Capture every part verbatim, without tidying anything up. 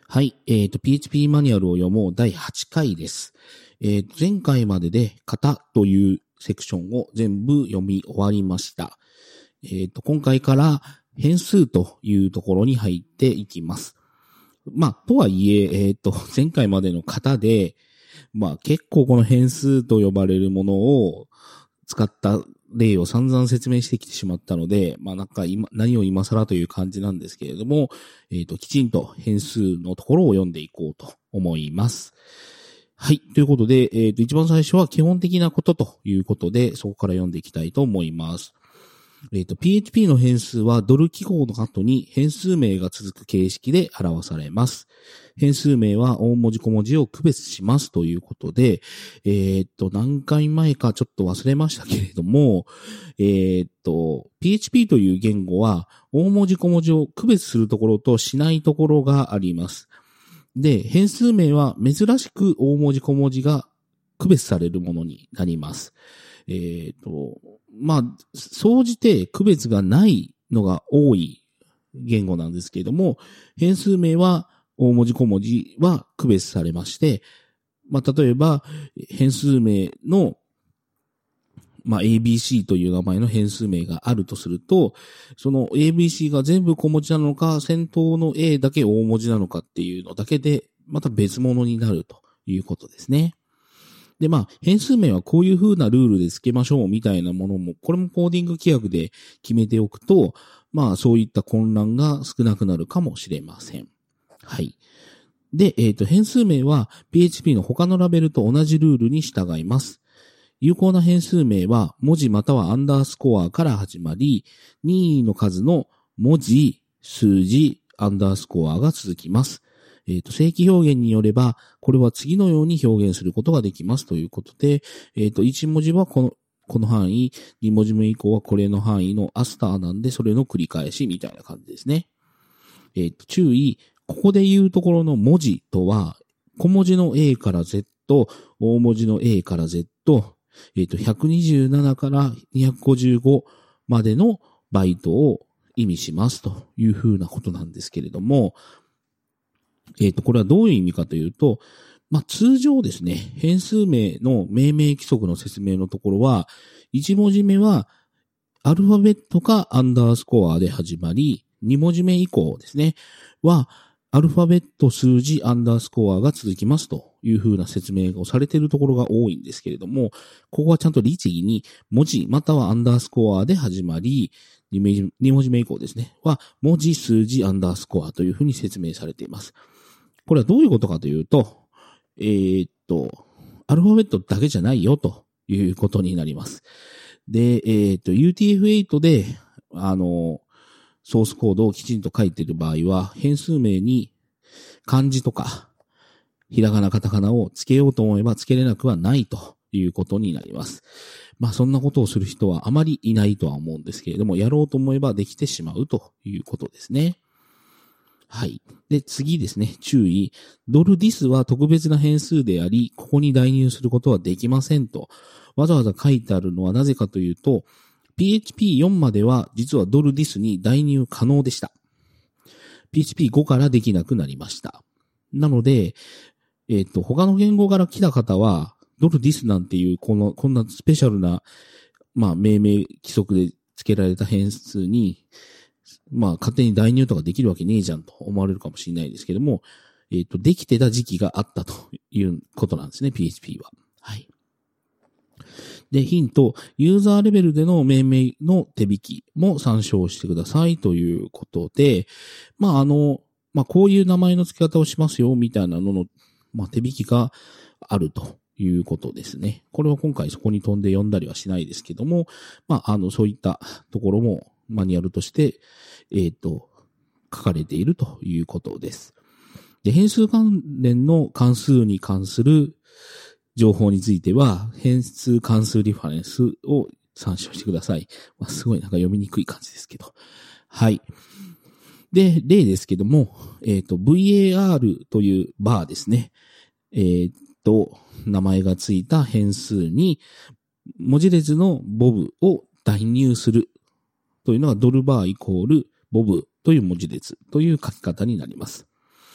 はい。えっと、ピーエイチピー マニュアルを読もうだいはちかいです。えっと、前回までで型というセクションを全部読み終わりました。えっと、今回から変数というところに入っていきます。まあ、とはいえ、えっと、前回までの型で、まあ、結構この変数と呼ばれるものを使った例を散々説明してきてしまったので、まあなんか今、何を今更という感じなんですけれども、えっと、きちんと変数のところを読んでいこうと思います。はい。ということで、えっと、一番最初は基本的なことということで、そこから読んでいきたいと思います。えっと、ピーエイチピー の変数はドル記号の後に変数名が続く形式で表されます。変数名は大文字小文字を区別しますということで、えっと、何回前かちょっと忘れましたけれども、えっと、ピーエイチピー という言語は大文字小文字を区別するところとしないところがあります。で、変数名は珍しく大文字小文字が区別されるものになります。えっと、まあ、総じて区別がないのが多い言語なんですけれども、変数名は大文字小文字は区別されまして、まあ、例えば変数名の、まあ、エービーシー という名前の変数名があるとすると、その エービーシー が全部小文字なのか、先頭の A だけ大文字なのかっていうのだけで、また別物になるということですね。で、まあ、変数名はこういう風なルールで付けましょうみたいなものも、これもコーディング規約で決めておくと、まあ、そういった混乱が少なくなるかもしれません。はい。で、えっと、変数名は ピーエイチピー の他のラベルと同じルールに従います。有効な変数名は文字またはアンダースコアから始まり、任意の数の文字、数字、アンダースコアが続きます。えっと、正規表現によれば、これは次のように表現することができますということで、えっと、いち文字はこの、この範囲、に文字目以降はこれの範囲のアスターなんで、それの繰り返しみたいな感じですね。えっと、注意、ここで言うところの文字とは、小文字の A から Z、大文字の A から Z、えっと、ひゃくにじゅうななからにひゃくごじゅうごまでのバイトを意味しますというふうなことなんですけれども、えっと、これはどういう意味かというと、まあ、通常ですね、変数名の命名規則の説明のところは、いち文字目はアルファベットかアンダースコアで始まり、に文字目以降ですね、は、アルファベット、数字、アンダースコアが続きますというふうな説明をされているところが多いんですけれども、ここはちゃんと律儀に文字またはアンダースコアで始まり、に文字目以降ですね、は文字、数字、アンダースコアというふうに説明されています。これはどういうことかというと、えー、っと、アルファベットだけじゃないよということになります。で、えー、っと、ユーティーエフエイト で、あの、ソースコードをきちんと書いている場合は、変数名に漢字とか、ひらがな、カタカナを付けようと思えば付けれなくはないということになります。まあそんなことをする人はあまりいないとは思うんですけれども、やろうと思えばできてしまうということですね。はい。で、次ですね。注意。ドルディスは特別な変数であり、ここに代入することはできませんと。わざわざ書いてあるのはなぜかというと、ピーエイチピーフォー までは実はドルディスに代入可能でした。ピーエイチピーファイブ からできなくなりました。なので、えっと、他の言語から来た方は、ドルディスなんていう、この、こんなスペシャルな、まあ、命名規則で付けられた変数に、まあ、勝手に代入とかできるわけねえじゃんと思われるかもしれないですけども、えっと、できてた時期があったということなんですね、ピーエイチピー は。はい。で、ヒント、ユーザーレベルでの命名の手引きも参照してくださいということで、まあ、あの、まあ、こういう名前の付け方をしますよ、みたいなのの、まあ、手引きがあるということですね。これは今回そこに飛んで読んだりはしないですけども、まあ、あの、そういったところもマニュアルとして、えっと、書かれているということです。で、変数関連の関数に関する情報については、変数関数リファレンスを参照してください。まあ、すごいなんか読みにくい感じですけど。はい。で、例ですけども、えっと、ブイエーアール というバーですね。えっと、名前がついた変数に、文字列のボブを代入するというのがドルバーイコールボブという文字列という書き方になります。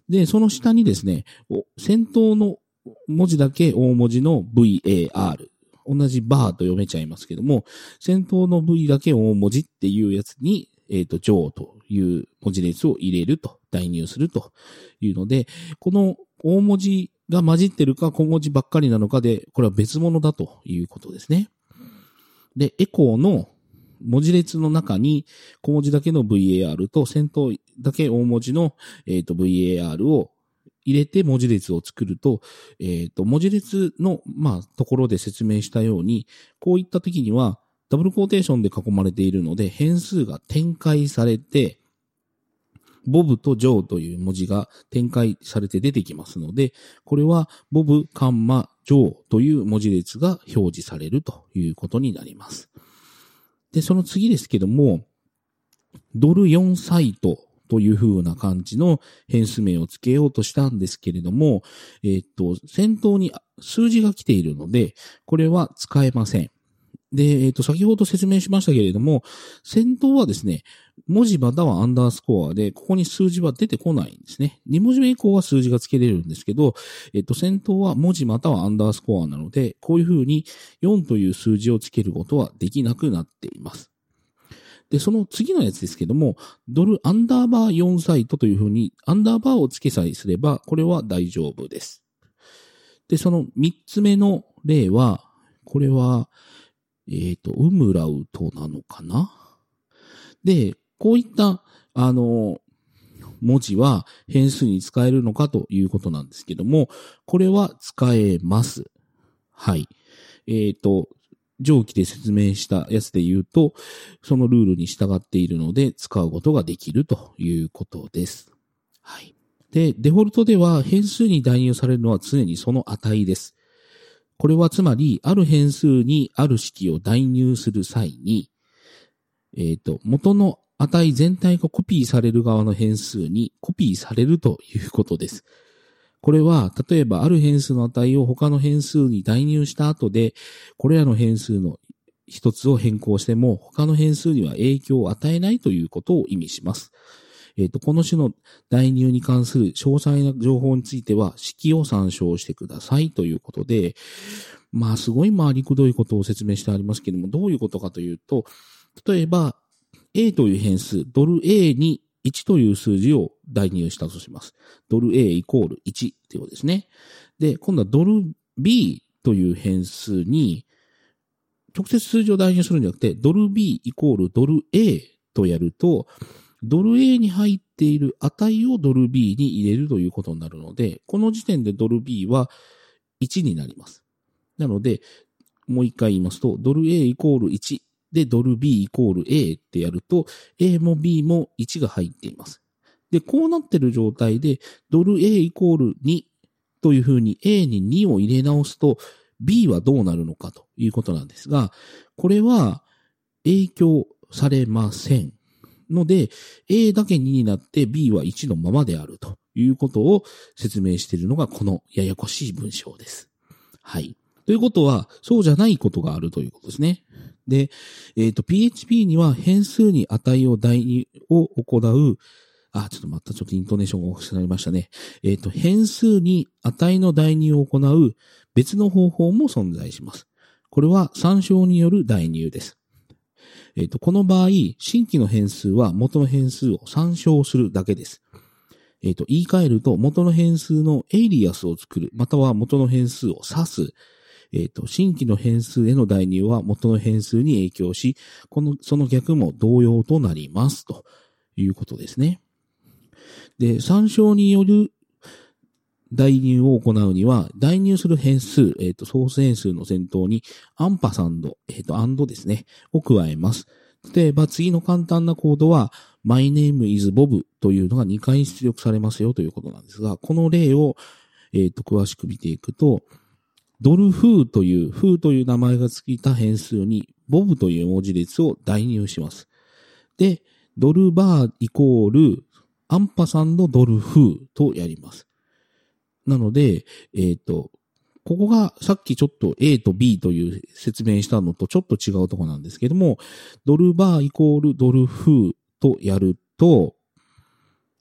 で、その下にですね、先頭の文字だけ大文字の ブイエーアール。同じバーと読めちゃいますけども、先頭の V だけ大文字っていうやつに、えっと、ジョーという文字列を入れると、代入するというので、この大文字が混じってるか小文字ばっかりなのかで、これは別物だということですね。で、エコーの文字列の中に小文字だけの ブイエーアール と先頭だけ大文字の、えっと、ブイエーアール を入れて文字列を作ると、えっと、文字列の、まあ、ところで説明したように、こういった時には、ダブルコーテーションで囲まれているので、変数が展開されて、ボブとジョーという文字が展開されて出てきますので、これはボブ、カンマ、ジョーという文字列が表示されるということになります。で、その次ですけども、ドルよんサイトという風な感じの変数名をつけようとしたんですけれども、えっと、先頭に数字が来ているので、これは使えません。で、えっと、先ほど説明しましたけれども、先頭はですね、文字またはアンダースコアで、ここに数字は出てこないんですね。に文字目以降は数字が付けれるんですけど、えっと、先頭は文字またはアンダースコアなので、こういう風によんという数字を付けることはできなくなっています。で、その次のやつですけども、ドルアンダーバーよんサイトという風に、アンダーバーを付けさえすれば、これは大丈夫です。で、そのみっつめの例は、これは、えっと、ウムラウトなのかな？で、こういった、あの、文字は変数に使えるのかということなんですけども、これは使えます。はい。えっと、上記で説明したやつで言うと、そのルールに従っているので使うことができるということです。はい。で、デフォルトでは変数に代入されるのは常にその値です。これはつまり、ある変数にある式を代入する際に、えっと、元の値全体がコピーされる側の変数にコピーされるということです。これは、例えばある変数の値を他の変数に代入した後で、これらの変数の一つを変更しても、他の変数には影響を与えないということを意味します。えっと、この種の代入に関する詳細な情報については、式を参照してくださいということで、まあ、すごい回りくどいことを説明してありますけれども、どういうことかというと、例えば、A という変数、ドル A にいちという数字を代入したとします。ドル A イコールいちということですね。で、今度はドル B という変数に、直接数字を代入するんじゃなくて、ドル B イコールドル A とやると、ドル A に入っている値をドル B に入れるということになるので、この時点でドル B はいちになります。なので、もう一回言いますと、ドル A イコールいちでドル B イコール A ってやると、A も B もいちが入っています。で、こうなってる状態で、ドル A イコールにというふうに A ににを入れ直すと、B はどうなるのかということなんですが、これは影響されません。ので、A だけにになって B はいちのままであるということを説明しているのがこのややこしい文章です。はい。ということは、そうじゃないことがあるということですね。で、えっと、ピーエイチピー には変数に値を代入を行う、あ、ちょっとまたちょっとイントネーションがおかしくなりましたね。えっと、変数に値の代入を行う別の方法も存在します。これは参照による代入です。えっと、この場合、新規の変数は元の変数を参照するだけです。えっと、言い換えると元の変数のエイリアスを作る、または元の変数を指す。えっと、新規の変数への代入は元の変数に影響し、この、その逆も同様となります。ということですね。で、参照による代入を行うには、代入する変数、えっと、ソース変数の先頭に、アンパサンド、えっと、アンドですね、を加えます。例えば、次の簡単なコードは、my name is Bob というのがにかい出力されますよということなんですが、この例を、えっと、詳しく見ていくと、ドルフーという、フーという名前が付いた変数に、ボブという文字列を代入します。で、ドルバーイコール、アンパサンドドルフーとやります。なので、えっと、ここがさっきちょっと A と B という説明したのとちょっと違うところなんですけども、ドルバーイコールドルフーとやると、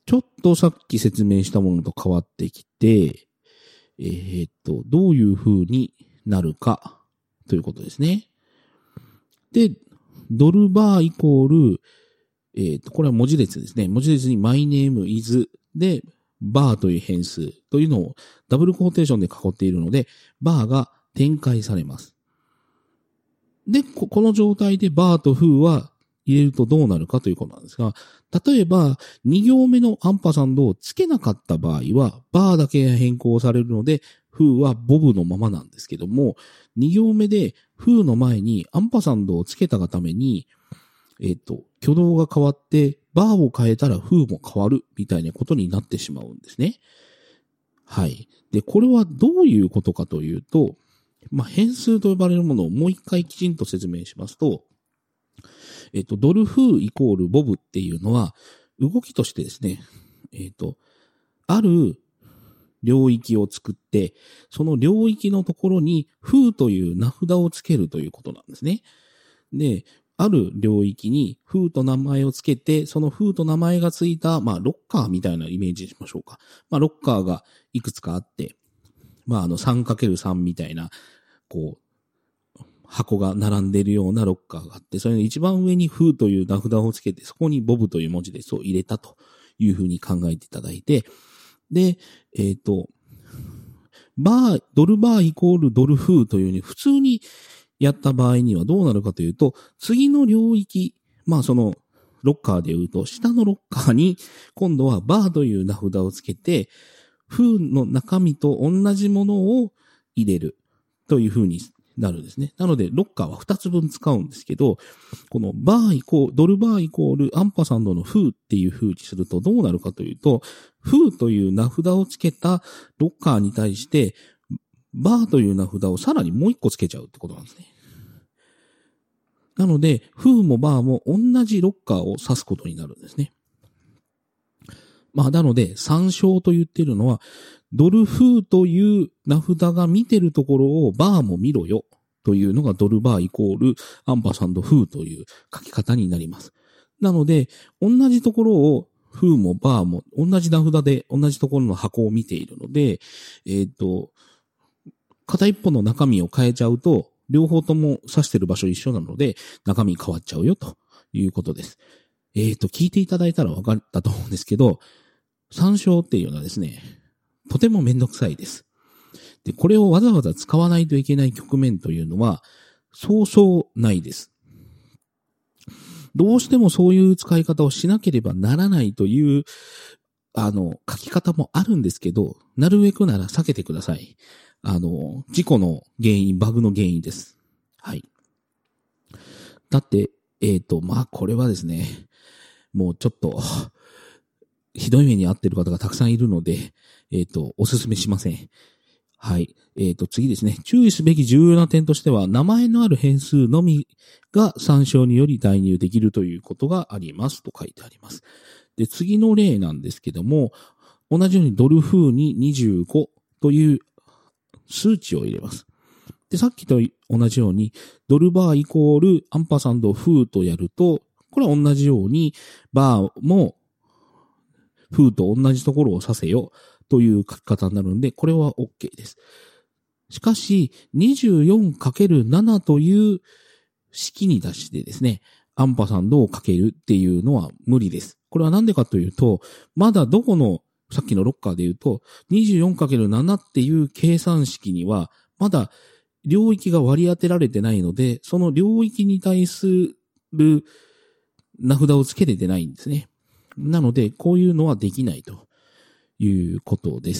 ちょっとさっき説明したものと変わってきて、えー、っと、どういう風になるかということですね。で、ドルバーイコール、えー、っと、これは文字列ですね。文字列に my name is で、バーという変数というのをダブルコーテーションで囲っているので、バーが展開されます。で、この状態でバーとフーは入れるとどうなるかということなんですが、例えばに行目のアンパサンドをつけなかった場合は、バーだけ変更されるので、フーはボブのままなんですけども、に行目でフーの前にアンパサンドをつけたがために、えっと、挙動が変わって、バーを変えたらフーも変わるみたいなことになってしまうんですね。はい。で、これはどういうことかというと、まあ、変数と呼ばれるものをもう一回きちんと説明しますと、えっと、ドルフーイコールボブっていうのは、動きとしてですね、えっと、ある領域を作って、その領域のところにフーという名札をつけるということなんですね。で、ある領域にフーと名前をつけて、そのフーと名前がついた、まあ、ロッカーみたいなイメージにしましょうか。まあ、ロッカーがいくつかあって、まあ、あの さんかけるさん みたいな、こう、箱が並んでいるようなロッカーがあって、それの一番上にフーという名札をつけて、そこにボブという文字列を入れたというふうに考えていただいて、で、えっと、バー、ドルバーイコールドルフーというように普通にやった場合にはどうなるかというと、次の領域、まあそのロッカーで言うと、下のロッカーに今度はバーという名札をつけて、フーの中身と同じものを入れるというふうになるんですね。なので、ロッカーはふたつぶん使うんですけど、このバーイコール、ドルバーイコールアンパサンドのフーっていう風にするとどうなるかというと、フーという名札をつけたロッカーに対して、バーという名札をさらにもう一個つけちゃうってことなんですね。なので、フーもバーも同じロッカーを指すことになるんですね。まあ、なので、参照と言っているのは、ドルフーという名札が見てるところをバーも見ろよというのがドルバーイコールアンパサンドフーという書き方になります。なので、同じところをフーもバーも同じ名札で同じところの箱を見ているので、えっと、片一方の中身を変えちゃうと、両方とも指してる場所一緒なので、中身変わっちゃうよということです。えっと、聞いていただいたら分かったと思うんですけど、参照っていうのはですね、とてもめんどくさいです。で、これをわざわざ使わないといけない局面というのは、そうそうないです。どうしてもそういう使い方をしなければならないという、あの、書き方もあるんですけど、なるべくなら避けてください。あの、事故の原因、バグの原因です。はい。だって、えっと、まあ、これはですね、もうちょっと、ひどい目に遭っている方がたくさんいるので、えっと、お勧めしません。はい。えっと、次ですね。注意すべき重要な点としては、名前のある変数のみが参照により代入できるということがありますと書いてあります。で、次の例なんですけども、同じようにドルフーににじゅうごという数値を入れます。で、さっきと同じように、ドルバーイコールアンパサンドフーとやると、これは同じように、バーもフーと同じところを指せよという書き方になるので、これは OK です。しかし、にじゅうよんかけるなな という式に出してですね、アンパサンドをかけるっていうのは無理です。これはなんでかというと、まだどこの、さっきのロッカーで言うと、にじゅうよんかけるなな っていう計算式には、まだ領域が割り当てられてないので、その領域に対する名札をつけれてないんですね。なので、こういうのはできないということです。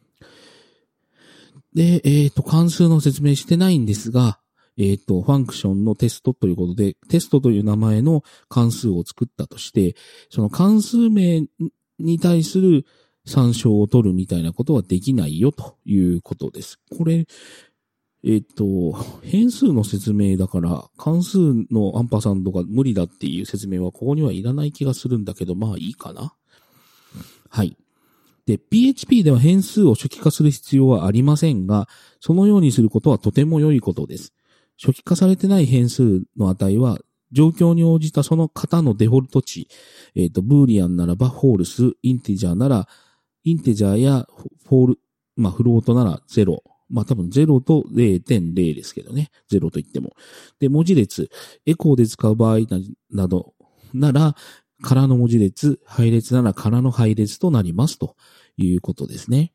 で、えっと、関数の説明してないんですが、えっと、ファンクションのテストということで、テストという名前の関数を作ったとして、その関数名に対する参照を取るみたいなことはできないよということです。これ、えっと、変数の説明だから、関数のアンパサンドが無理だっていう説明はここにはいらない気がするんだけど、まあいいかな。はい。で、ピーエイチピー では変数を初期化する必要はありませんが、そのようにすることはとても良いことです。初期化されてない変数の値は状況に応じたその型のデフォルト値、えっと、ブーリアンならばフォールス、インテジャーなら、インテジャーやフォール、まあ、フロートならゼロ。まあ、多分ゼロと ゼロてんゼロ ですけどね。ゼロと言っても。で、文字列、エコーで使う場合などなら、空の文字列、配列なら空の配列となりますということですね。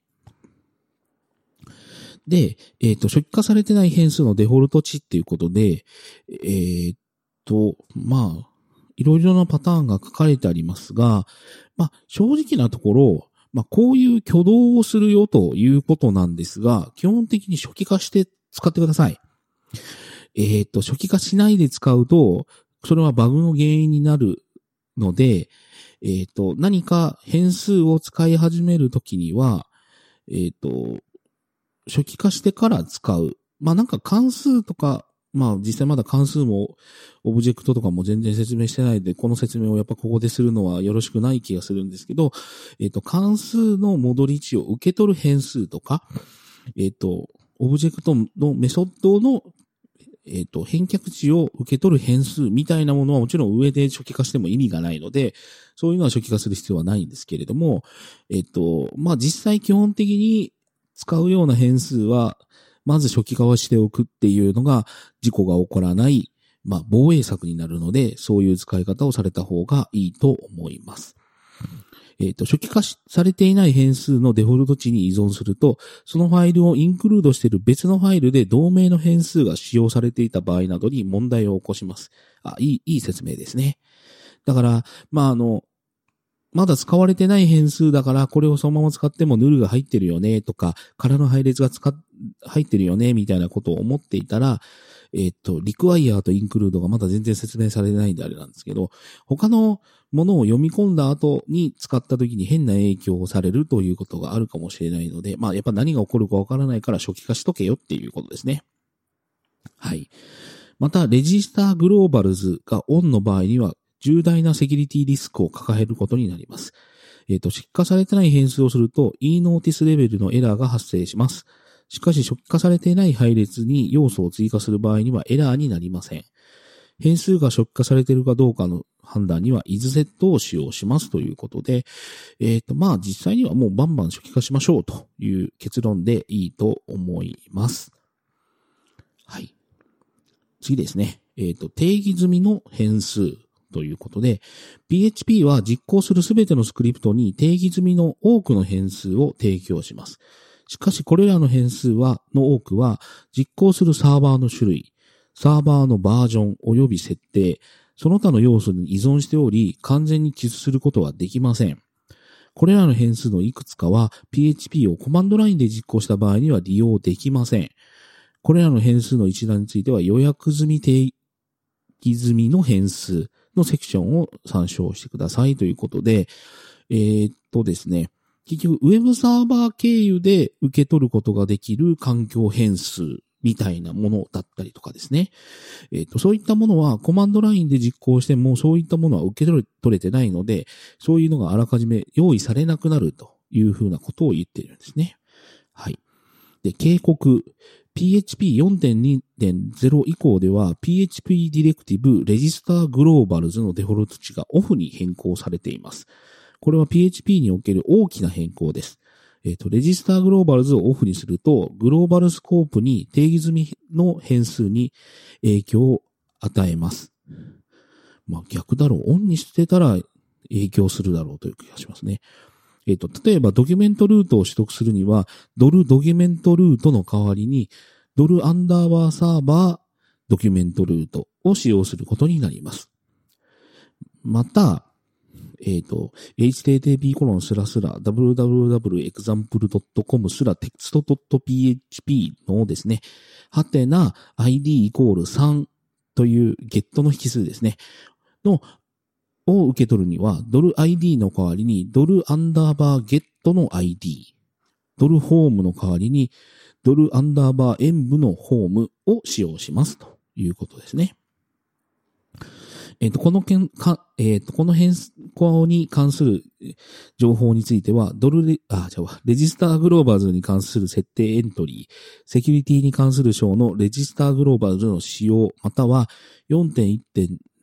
で、えっと、初期化されてない変数のデフォルト値っていうことで、えっと、まあ、いろいろなパターンが書かれてありますが、まあ、正直なところ、まあ、こういう挙動をするよということなんですが、基本的に初期化して使ってください。えっと、初期化しないで使うと、それはバグの原因になるので、えっと、何か変数を使い始めるときには、えっと、初期化してから使う。まあ、なんか関数とか、まあ実際まだ関数もオブジェクトとかも全然説明してないで、この説明をやっぱここでするのはよろしくない気がするんですけど、えっと、関数の戻り値を受け取る変数とか、えっと、オブジェクトのメソッドの、えっと、返却値を受け取る変数みたいなものはもちろん上で初期化しても意味がないので、そういうのは初期化する必要はないんですけれども、えっと、まあ実際基本的に使うような変数は、まず初期化をしておくっていうのが事故が起こらない、まあ防衛策になるので、そういう使い方をされた方がいいと思います。えっと、初期化されていない変数のデフォルト値に依存すると、そのファイルをインクルードしている別のファイルで同名の変数が使用されていた場合などに問題を起こします。あ、いい、いい説明ですね。だから、まああの、まだ使われてない変数だから、これをそのまま使ってもヌルが入ってるよねとか、空の配列が使っ、入ってるよねみたいなことを思っていたら、えっと、リクワイアーとインクルードがまだ全然説明されてないんであれなんですけど、他のものを読み込んだ後に使った時に変な影響をされるということがあるかもしれないので、まあやっぱ何が起こるかわからないから初期化しとけよっていうことですね。はい。また、レジスターグローバルズがオンの場合には、重大なセキュリティリスクを抱えることになります。えっと、初期化されてない変数をすると e-notice レベルのエラーが発生します。しかし初期化されていない配列に要素を追加する場合にはエラーになりません。変数が初期化されているかどうかの判断には isset を使用しますということで、えっと、まあ実際にはもうバンバン初期化しましょうという結論でいいと思います。はい。次ですね。えっと、定義済みの変数。ということで、ピーエイチピー は実行するすべてのスクリプトに定義済みの多くの変数を提供します。しかしこれらの変数は、の多くは、実行するサーバーの種類、サーバーのバージョン及び設定、その他の要素に依存しており、完全に記述することはできません。これらの変数のいくつかは、ピーエイチピー をコマンドラインで実行した場合には利用できません。これらの変数の一覧については、予約済み定義済みの変数、のセクションを参照してくださいということで、えー、っとですね、結局ウェブサーバー経由で受け取ることができる環境変数みたいなものだったりとかですね。えー、っと、そういったものはコマンドラインで実行してもそういったものは受け取れ、取れてないので、そういうのがあらかじめ用意されなくなるというふうなことを言っているんですね。はい。で、警告。ピーエイチピーよんてんにてんゼロ 以降では ピーエイチピー ディレクティブレジスターグローバルズのデフォルト値がオフに変更されています。これは ピーエイチピー における大きな変更です。えっと、レジスターグローバルズをオフにすると、グローバルスコープに定義済みの変数に影響を与えます。まあ逆だろう。オンにしてたら影響するだろうという気がしますね。えっと、例えばドキュメントルートを取得するには、ドルドキュメントルートの代わりに、ドルアンダーバーサーバードキュメントルートを使用することになります。また、えっと、エイチティーティーピーコロンスラスラダブリューダブリューダブリューエグザンプルドットコムスラテキストドットピーエイチピー のですね、はてな アイディー イコールさんというゲットの引数ですね、のを受け取るには、ドル アイディー の代わりに、ドルアンダーバーゲットの アイディー、ドルホームの代わりに、ドルアンダーバー演武のホームを使用しますということですね。えっと、この件か、えっと、この変更に関する情報については、ドルレ、あ、じゃあ、レジスターグローバルズに関する設定エントリー、セキュリティに関する章のレジスターグローバルズの使用、または よんてんいちてん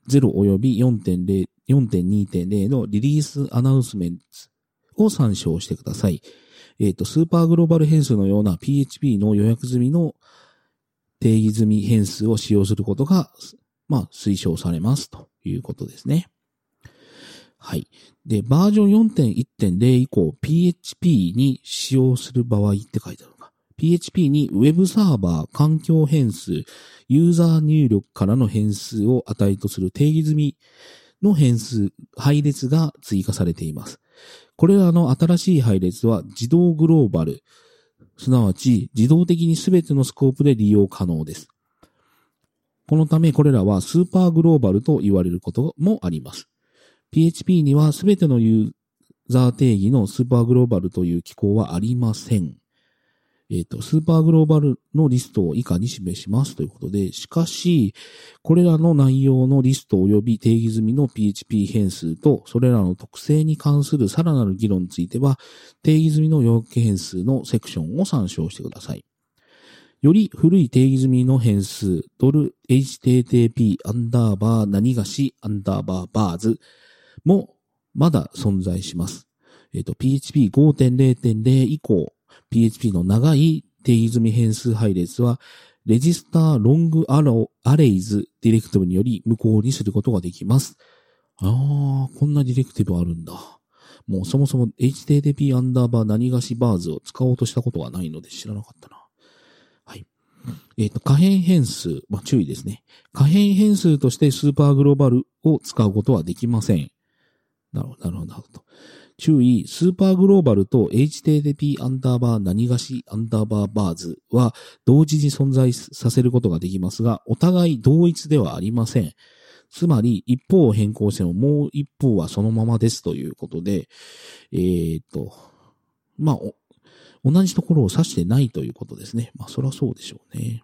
ゼロ および よんてんにてんゼロ のリリースアナウンスメントを参照してください。えっと、スーパーグローバル変数のような ピーエイチピー の予約済みの定義済み変数を使用することが、まあ、推奨されますということですね。はい。で、バージョン よんてんいちてんゼロ 以降、ピーエイチピー に使用する場合って書いてあるのか。ピーエイチピー に Web サーバー、環境変数、ユーザー入力からの変数を値とする定義済みの変数、配列が追加されています。これらの新しい配列は自動グローバル、すなわち自動的にすべてのスコープで利用可能です。このためこれらはスーパーグローバルと言われることもあります。ピーエイチピー にはすべてのユーザー定義のスーパーグローバルという機構はありません。えっと、スーパーグローバルのリストを以下に示しますということで、しかし、これらの内容のリスト及び定義済みの ピーエイチピー 変数と、それらの特性に関するさらなる議論については、定義済みの要件変数のセクションを参照してください。より古い定義済みの変数、ドル エイチティーティーピー アンダーバー何がしアンダーバーバーズもまだ存在します。えっと、ピーエイチピーごてんゼロてんゼロ 以降、ピーエイチピー の長い定義済み変数配列は、レジスターロングアレイズディレクティブにより無効にすることができます。あー、こんなディレクティブあるんだ。もうそもそも エイチティーティーピー アンダーバー何がしバーズを使おうとしたことがないので知らなかったな。はい。えっと、可変変数、まあ、注意ですね。可変変数としてスーパーグローバルを使うことはできません。なるほど、なるほど、なるほど。注意、スーパーグローバルと エイチティーティーピー アンダーバー何がしアンダーバーバーズは同時に存在させることができますが、お互い同一ではありません。つまり、一方を変更してももう一方はそのままですということで、えー、っと、まあ、同じところを指してないということですね。まあ、そりゃそうでしょうね。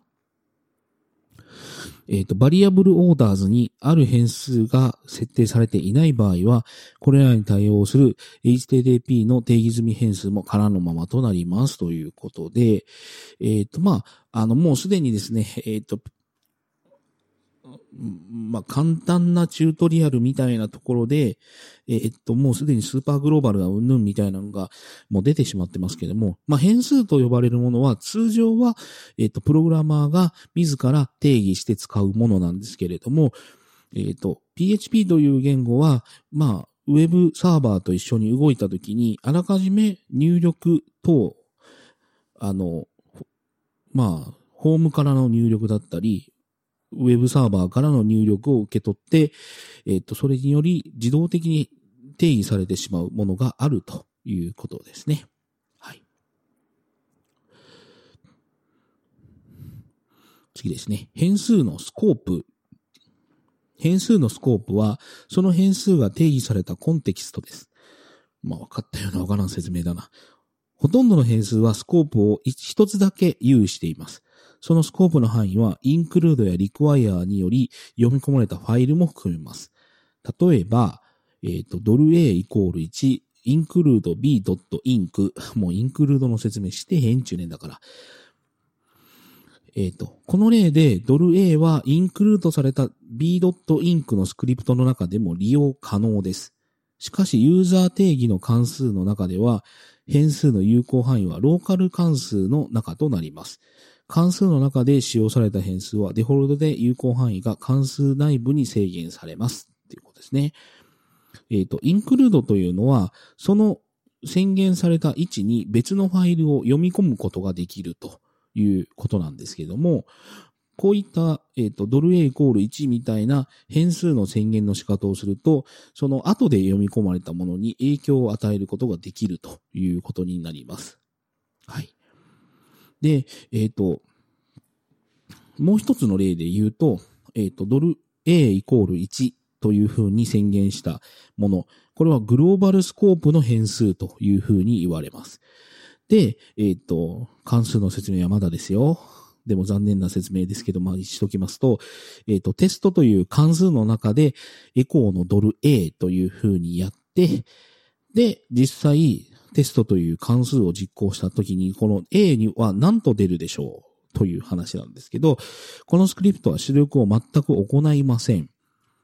えっと、バリアブルオーダーズにある変数が設定されていない場合は、これらに対応する エイチティーティーピー の定義済み変数も空のままとなりますということで、えっと、まあ、あの、もうすでにですね、えっと、まあ、簡単なチュートリアルみたいなところで、えっと、もうすでにスーパーグローバルがうんぬんみたいなのがもう出てしまってますけども、まあ、変数と呼ばれるものは通常は、えっと、プログラマーが自ら定義して使うものなんですけれども、えっと、ピーエイチピー という言語は、まあ、ウェブサーバーと一緒に動いたときに、あらかじめ入力等、あの、まあ、ホームからの入力だったり、ウェブサーバーからの入力を受け取って、えっと、それにより自動的に定義されてしまうものがあるということですね。はい。次ですね。変数のスコープ。変数のスコープは、その変数が定義されたコンテキストです。まあ、分かったような分からん説明だな。ほとんどの変数はスコープを一つだけ有しています。そのスコープの範囲は、インクルードやリクワイアにより読み込まれたファイルも含めます。例えば、えっと、ドル A イコールいち、インクルード B.inc、もうインクルードの説明してへんちゅうねんだから。えっと、この例で、ドル A はインクルードされた B.inc のスクリプトの中でも利用可能です。しかし、ユーザー定義の関数の中では、変数の有効範囲はローカル関数の中となります。関数の中で使用された変数はデフォルトで有効範囲が関数内部に制限されますということですね。えっと、インクルードというのは、その宣言された位置に別のファイルを読み込むことができるということなんですけども、こういった、えっと、ドル A イコールいちみたいな変数の宣言の仕方をすると、その後で読み込まれたものに影響を与えることができるということになります。はい。で、えっと、もう一つの例で言うと、えっと、ドル A イコールいちというふうに宣言したもの、これはグローバルスコープの変数というふうに言われます。で、えっと、関数の説明はまだですよ。でも残念な説明ですけど、まあ、しときますと、えっと、テストという関数の中で、エコーのドル A というふうにやって、で、実際、テストという関数を実行したときに、この A には何と出るでしょうという話なんですけど、このスクリプトは出力を全く行いません。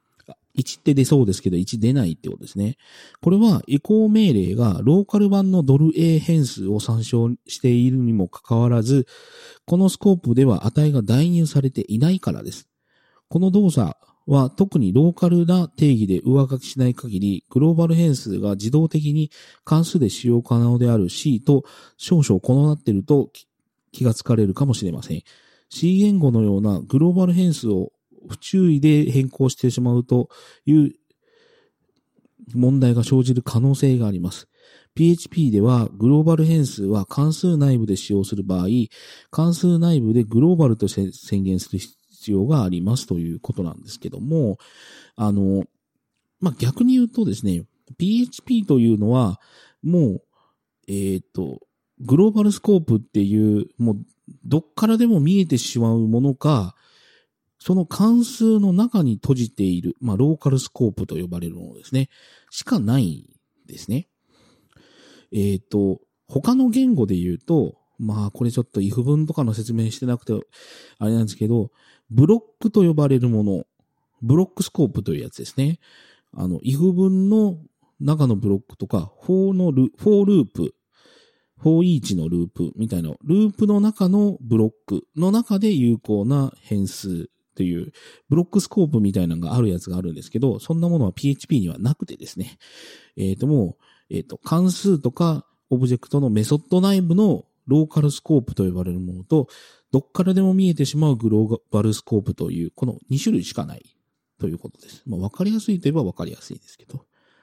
いちって出そうですけどいち出ないってことですね。これは移行命令がローカル版のドル A 変数を参照しているにもかかわらず、このスコープでは値が代入されていないからです。この動作は特にローカルな定義で上書きしない限り、グローバル変数が自動的に関数で使用可能である C と少々異なっていると気がつかれるかもしれません。C 言語のようなグローバル変数を不注意で変更してしまうという問題が生じる可能性があります。ピーエイチピー ではグローバル変数は関数内部で使用する場合、関数内部でグローバルとして宣言する必要がありますということなんですけども、あの、まあ、逆に言うとですね、ピーエイチピー というのはもう、えっと、グローバルスコープっていう、もうどっからでも見えてしまうものか、その関数の中に閉じている、まあ、ローカルスコープと呼ばれるものですね。しかないですね。えっと、他の言語で言うと、まあ、これちょっと if 文とかの説明してなくて、あれなんですけど、ブロックと呼ばれるもの、ブロックスコープというやつですね。あの、if 文の中のブロックとか、for のル、for ループ、for each のループみたいな、ループの中のブロックの中で有効な変数という、ブロックスコープみたいなのがあるやつがあるんですけど、そんなものは ピーエイチピー にはなくてですね。えっともう、えっと、関数とかオブジェクトのメソッド内部のローカルスコープと呼ばれるものと、どっからでも見えてしまうグローバルスコープという、このに種類しかないということです。まあ、わかりやすいといえばわかりやすいですけど。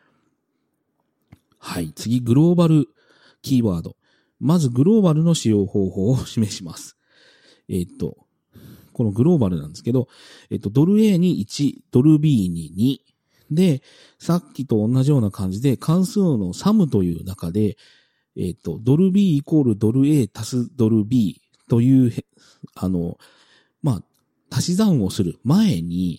はい。次、グローバルキーワード。まず、グローバルの使用方法を示します。えっと、このグローバルなんですけど、えっと、ドル A にいち、ドル B にに。で、さっきと同じような感じで、関数のサムという中で、えっと、ドル B イコールドル A 足すドル B という、あの、まあ、足し算をする前に、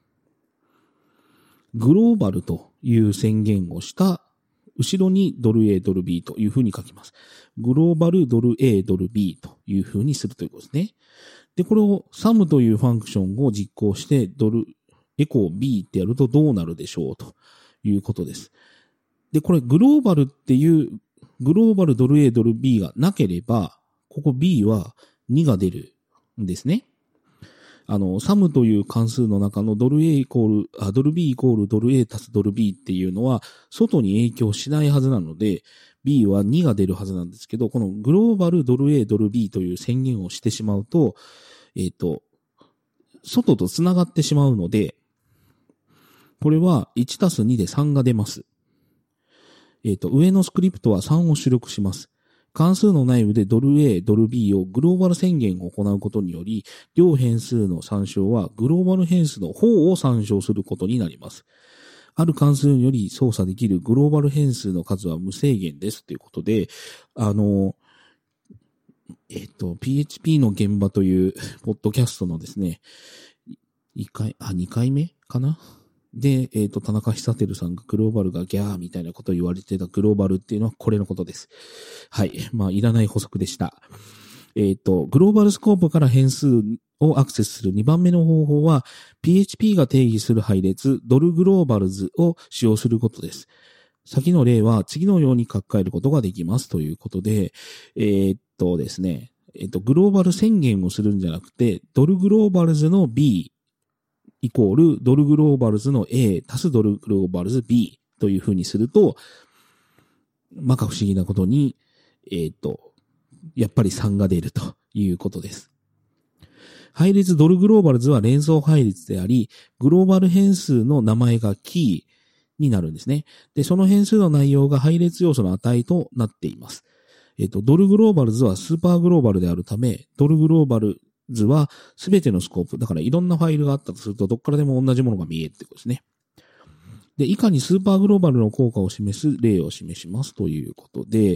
グローバルという宣言をした後ろにドル A、ドル B というふうに書きます。グローバルドル A、ドル B というふうにするということですね。で、これをサムというファンクションを実行してドルエコー B ってやるとどうなるでしょうということです。で、これグローバルっていうグローバルドル A、ドル B がなければ、ここ B はにが出るんですね。あの、サムという関数の中のドル A イコール、あ、ドル B イコールドル A 足すドル B っていうのは、外に影響しないはずなので、B はにが出るはずなんですけど、このグローバルドル A、ドル B という宣言をしてしまうと、えっと、外と繋がってしまうので、これはいち足すにでさんが出ます。えっと、上のスクリプトはさんを出力します。関数の内部でドル A、ドル B をグローバル宣言を行うことにより、両変数の参照はグローバル変数の方を参照することになります。ある関数により操作できるグローバル変数の数は無制限ですということで、あの、えっと、ピーエイチピー の現場という、ポッドキャストのですね、いっかい、あ、にかいめかなで、えっと、田中久照さんがグローバルがギャーみたいなことを言われてたグローバルっていうのはこれのことです。はい。まあ、いらない補足でした。えっと、グローバルスコープから変数をアクセスするにばんめの方法は、ピーエイチピー が定義する配列、ドルグローバルズを使用することです。先の例は次のように書き換えることができますということで、えー、っとですね、えー、っと、グローバル宣言をするんじゃなくて、ドルグローバルズの B イコールドルグローバルズの A 足すドルグローバルズ B というふうにすると、まか不思議なことに、えー、っと、やっぱりさんが出るということです。配列ドルグローバルズは連想配列であり、グローバル変数の名前がキーになるんですね。で、その変数の内容が配列要素の値となっています。えっと、ドルグローバルズはスーパーグローバルであるため、ドルグローバルズはすべてのスコープ、だからいろんなファイルがあったとすると、どっからでも同じものが見えるってことですね。で、以下にスーパーグローバルの効果を示す例を示しますということで、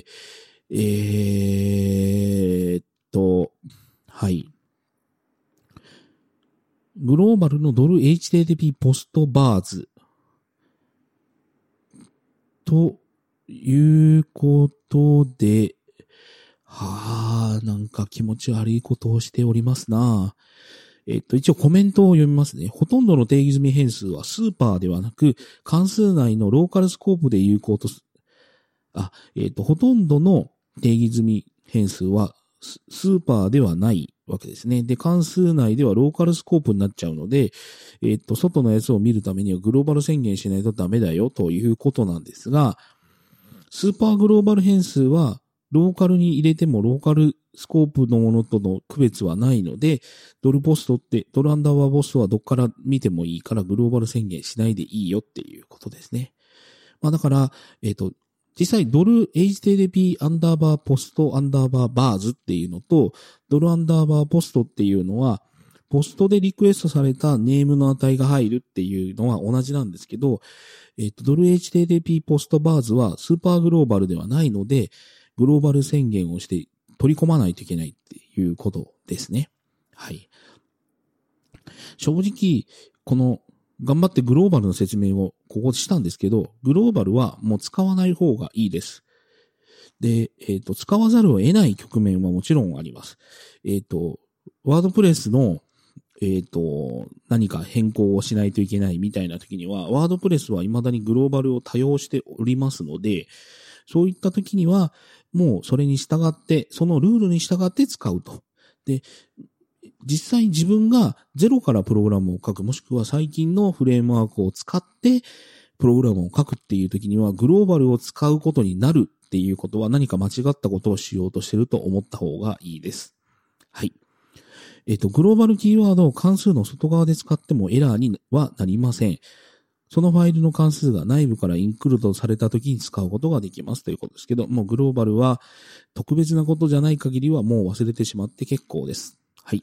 えーっと、はい。グローバルのドル エイチティーティーピー ポストバーズということで、はあ、なんか気持ち悪いことをしておりますな。 えっと、一応コメントを読みますね。ほとんどの定義済み変数はスーパーではなく、関数内のローカルスコープで有効とす、あ、えっと、ほとんどの定義済み変数はスーパーではないわけですね。で、関数内ではローカルスコープになっちゃうので、えっと、外のやつを見るためにはグローバル宣言しないとダメだよということなんですが、スーパーグローバル変数はローカルに入れてもローカルスコープのものとの区別はないので、ドルポストって、ドルアンダーバーポストはどっから見てもいいからグローバル宣言しないでいいよっていうことですね。まあだから、えっと、実際ドル エイチティーティーピー アンダーバーポストアンダーバーバーズっていうのと、ドルアンダーバーポストっていうのは、ポストでリクエストされたネームの値が入るっていうのは同じなんですけど、えっと、ドル エイチティーティーピー ポストバーズはスーパーグローバルではないので、グローバル宣言をして取り込まないといけないっていうことですね。はい。正直、この、頑張ってグローバルの説明をここでしたんですけど、グローバルはもう使わない方がいいです。で、えっと、使わざるを得ない局面はもちろんあります。えっと、ワードプレスのえっと、何か変更をしないといけないみたいな時には、ワードプレスは未だにグローバルを多用しておりますので、そういった時には、もうそれに従って、そのルールに従って使うと。で、実際自分がゼロからプログラムを書く、もしくは最近のフレームワークを使って、プログラムを書くっていう時には、グローバルを使うことになるっていうことは何か間違ったことをしようとしてると思った方がいいです。はい。えっと、グローバルキーワードを関数の外側で使ってもエラーにはなりません。そのファイルの関数が内部からインクルードされた時に使うことができますということですけど、もうグローバルは特別なことじゃない限りはもう忘れてしまって結構です。はい。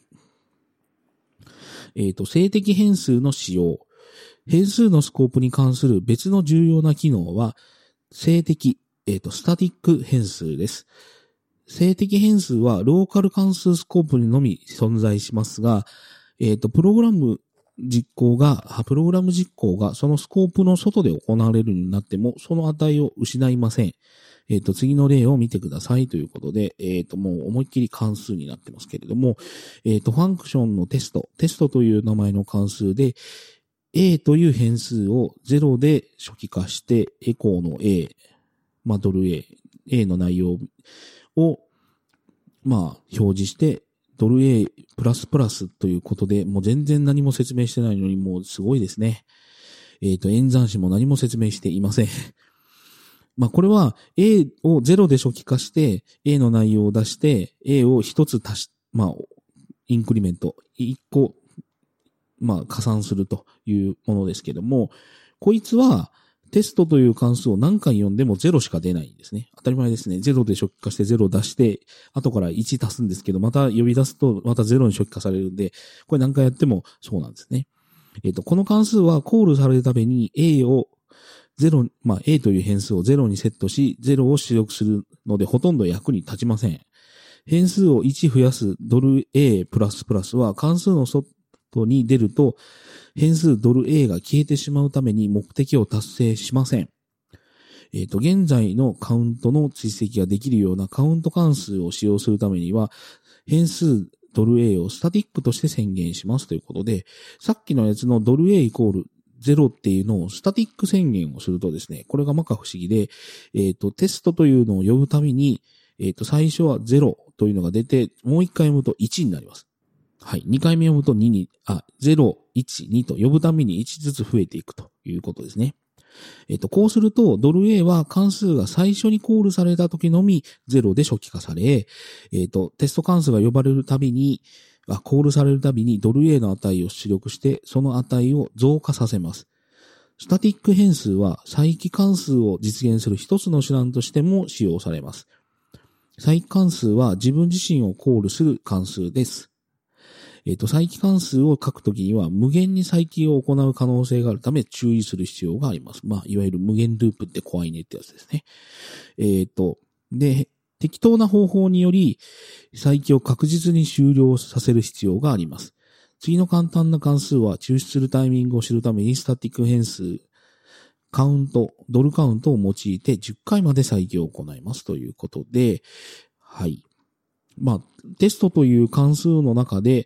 えっと、静的変数の使用。変数のスコープに関する別の重要な機能は、静的、えっと、スタティック変数です。静的変数はローカル関数スコープにのみ存在しますが、えっと、プログラム実行が、プログラム実行がそのスコープの外で行われるようになっても、その値を失いません。えっと、次の例を見てくださいということで、えっと、もう思いっきり関数になってますけれども、えっと、ファンクションのテスト、テストという名前の関数で、A という変数をゼロで初期化して、エコーの A、まあ、ドル A、A の内容を、まあ、表示して、ドル A プラスプラスということで、もう全然何も説明してないのに、もうすごいですね。えっと、演算子も何も説明していません。まあ、これは A をゼロで初期化して、A の内容を出して、A を一つ足し、まあ、インクリメント、一個、まあ、加算するというものですけども、こいつは、テストという関数を何回読んでもゼロしか出ないんですね。当たり前ですね。ゼロで初期化してゼロを出して、後からいち足すんですけど、また呼び出すとまたゼロに初期化されるんで、これ何回やってもそうなんですね。えっと、この関数はコールされるために A をゼロ、まあ A という変数をゼロにセットし、ゼロを出力するのでほとんど役に立ちません。変数をいち増やすドル A プラスプラスは関数の外に出ると、変数ドル A が消えてしまうために目的を達成しません。えっと、現在のカウントの追跡ができるようなカウント関数を使用するためには、変数ドル A をスタティックとして宣言しますということで、さっきのやつのドル A イコールゼロっていうのをスタティック宣言をするとですね、これがまか不思議で、えっと、テストというのを呼ぶたびに、えっと、最初はゼロというのが出て、もう一回読むといちになります。はい。にかいめ読むとにに、あ、ゼロ、いち、にと呼ぶたびにいちずつ増えていくということですね。えっと、こうすると、ドル A は関数が最初にコールされた時のみゼロで初期化され、えっと、テスト関数が呼ばれるたびに、あ、コールされるたびにドル A の値を出力して、その値を増加させます。スタティック変数は再帰関数を実現する一つの手段としても使用されます。再帰関数は自分自身をコールする関数です。えっと、再帰関数を書くときには無限に再帰を行う可能性があるため注意する必要があります。まあ、いわゆる無限ループって怖いねってやつですね。えっと、で、適当な方法により再帰を確実に終了させる必要があります。次の簡単な関数は抽出するタイミングを知るためにスタティック変数、カウント、ドルカウントを用いてじゅっかいまで再帰を行いますということで、はい。まあ、テストという関数の中で、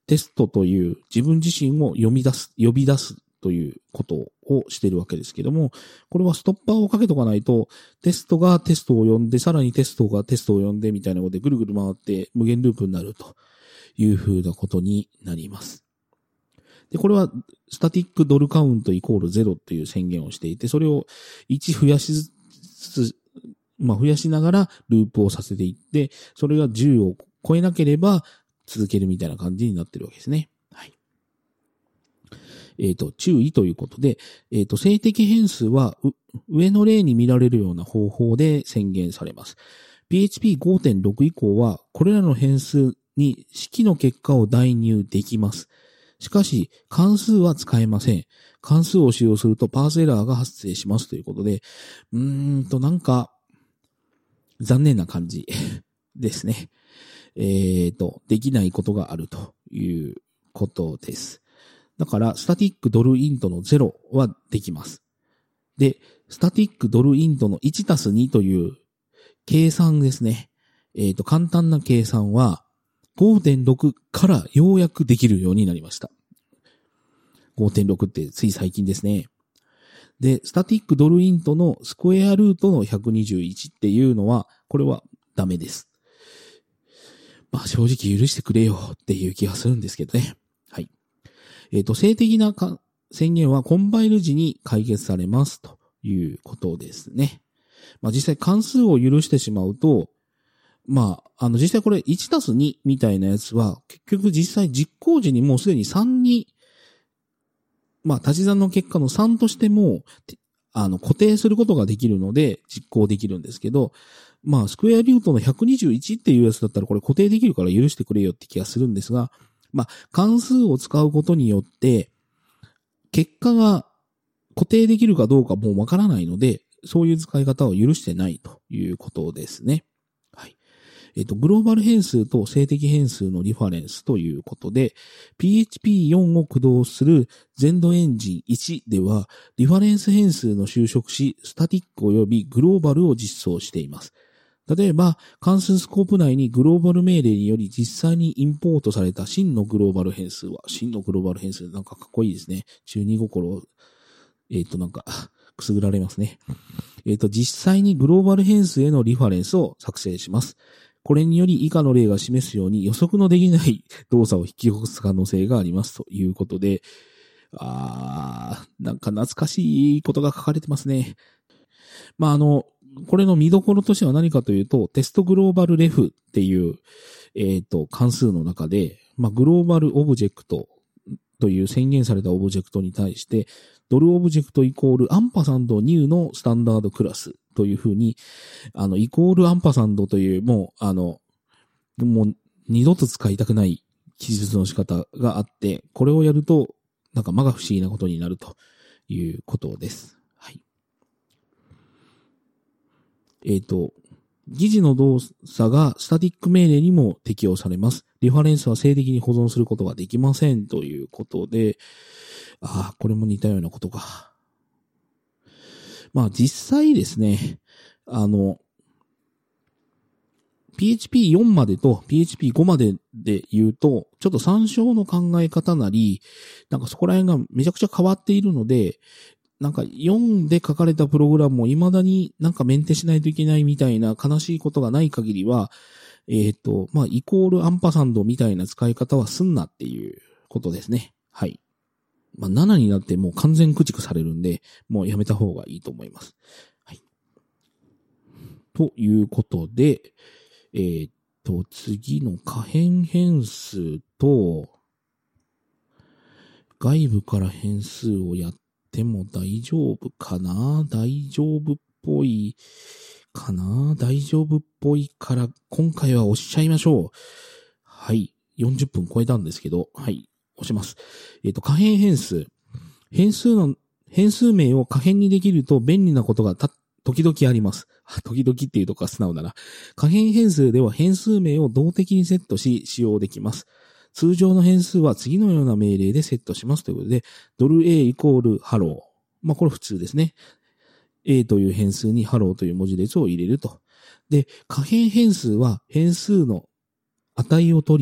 テストという自分自身を読み出す、呼び出すということをしているわけですけども、これはストッパーをかけとかないと、テストがテストを読んで、さらにテストがテストを読んでみたいなことでぐるぐる回って無限ループになるというふうなことになります。で、これはスタティックドルカウントイコールゼロという宣言をしていて、それをいち増やしつつ、まあ増やしながらループをさせていって、それがじゅうを超えなければ続けるみたいな感じになってるわけですね。はい。えっと、注意ということで、えっと、静的変数は上の例に見られるような方法で宣言されます。ピーエイチピーごてんろく 以降は、これらの変数に式の結果を代入できます。しかし、関数は使えません。関数を使用するとパースエラーが発生しますということで、うーんと、なんか、残念な感じですね。えっと、できないことがあるということです。だから、スタティックドルイントのゼロはできます。で、スタティックドルイントのいちたすにという計算ですね。えっと、簡単な計算は ごてんろく からようやくできるようになりました。ごてんろく ってつい最近ですね。で、スタティックドルイントのスクエアルートのひゃくにじゅういちっていうのは、これはダメです。まあ正直許してくれよっていう気がするんですけどね。はい。えっと、静的な宣言はコンパイル時に解決されますということですね。まあ実際関数を許してしまうと、まあ、あの実際これいちたすにみたいなやつは結局実際実行時にもうすでにさんに、まあ足し算の結果のさんとしても、あの固定することができるので実行できるんですけど、まあスクエアルートのひゃくにじゅういちっていうやつだったらこれ固定できるから許してくれよって気がするんですが、まあ関数を使うことによって結果が固定できるかどうかもうわからないので、そういう使い方を許してないということですね。はい。えっと、グローバル変数と静的変数のリファレンスということで、ピーエイチピーよん を駆動するゼンドエンジンいちでは、リファレンス変数の修飾し、スタティック及びグローバルを実装しています。例えば、関数スコープ内にグローバル命令により実際にインポートされた真のグローバル変数は、真のグローバル変数なんかかっこいいですね。中二心、えっとなんか、くすぐられますね。えっと、実際にグローバル変数へのリファレンスを作成します。これにより以下の例が示すように予測のできない動作を引き起こす可能性がありますということで、あー、なんか懐かしいことが書かれてますね。まあ、あの、これの見どころとしては何かというと、テストグローバルレフっていう、えっと、関数の中で、まあ、グローバルオブジェクトという宣言されたオブジェクトに対して、ドルオブジェクトイコールアンパサンドニューのスタンダードクラスというふうに、あの、イコールアンパサンドという、もう、あの、もう二度と使いたくない記述の仕方があって、これをやると、なんか間が不思議なことになるということです。はい。えっと、疑似の動作がスタティック命令にも適用されます。リファレンスは静的に保存することができませんということで、ああ、これも似たようなことか。まあ実際ですね、あの、ピーエイチピーよん までと ピーエイチピーご までで言うと、ちょっと参照の考え方なり、なんかそこら辺がめちゃくちゃ変わっているので、なんかよんで書かれたプログラムを未だになんかメンテしないといけないみたいな悲しいことがない限りは、えっと、まあ、イコールアンパサンドみたいな使い方はすんなっていうことですね。はい。まあ、ななになってもう完全駆逐されるんで、もうやめた方がいいと思います。はい。ということで、えー、っと、次の可変変数と、外部から変数をやっても大丈夫かな？大丈夫っぽいかな？大丈夫っぽいから、今回は押しちゃいましょう。はい。よんじゅっぷん超えたんですけど、はい。押します。えー、っと、可変変数。変数の、変数名を可変にできると便利なことがた、時々あります。時々っていうとこは素直だな。可変変数では変数名を動的にセットし使用できます。通常の変数は次のような命令でセットしますということで、ドル A イコールハロー。まあこれ普通ですね。A という変数にハローという文字列を入れると。で、可変変数は変数の値を取り、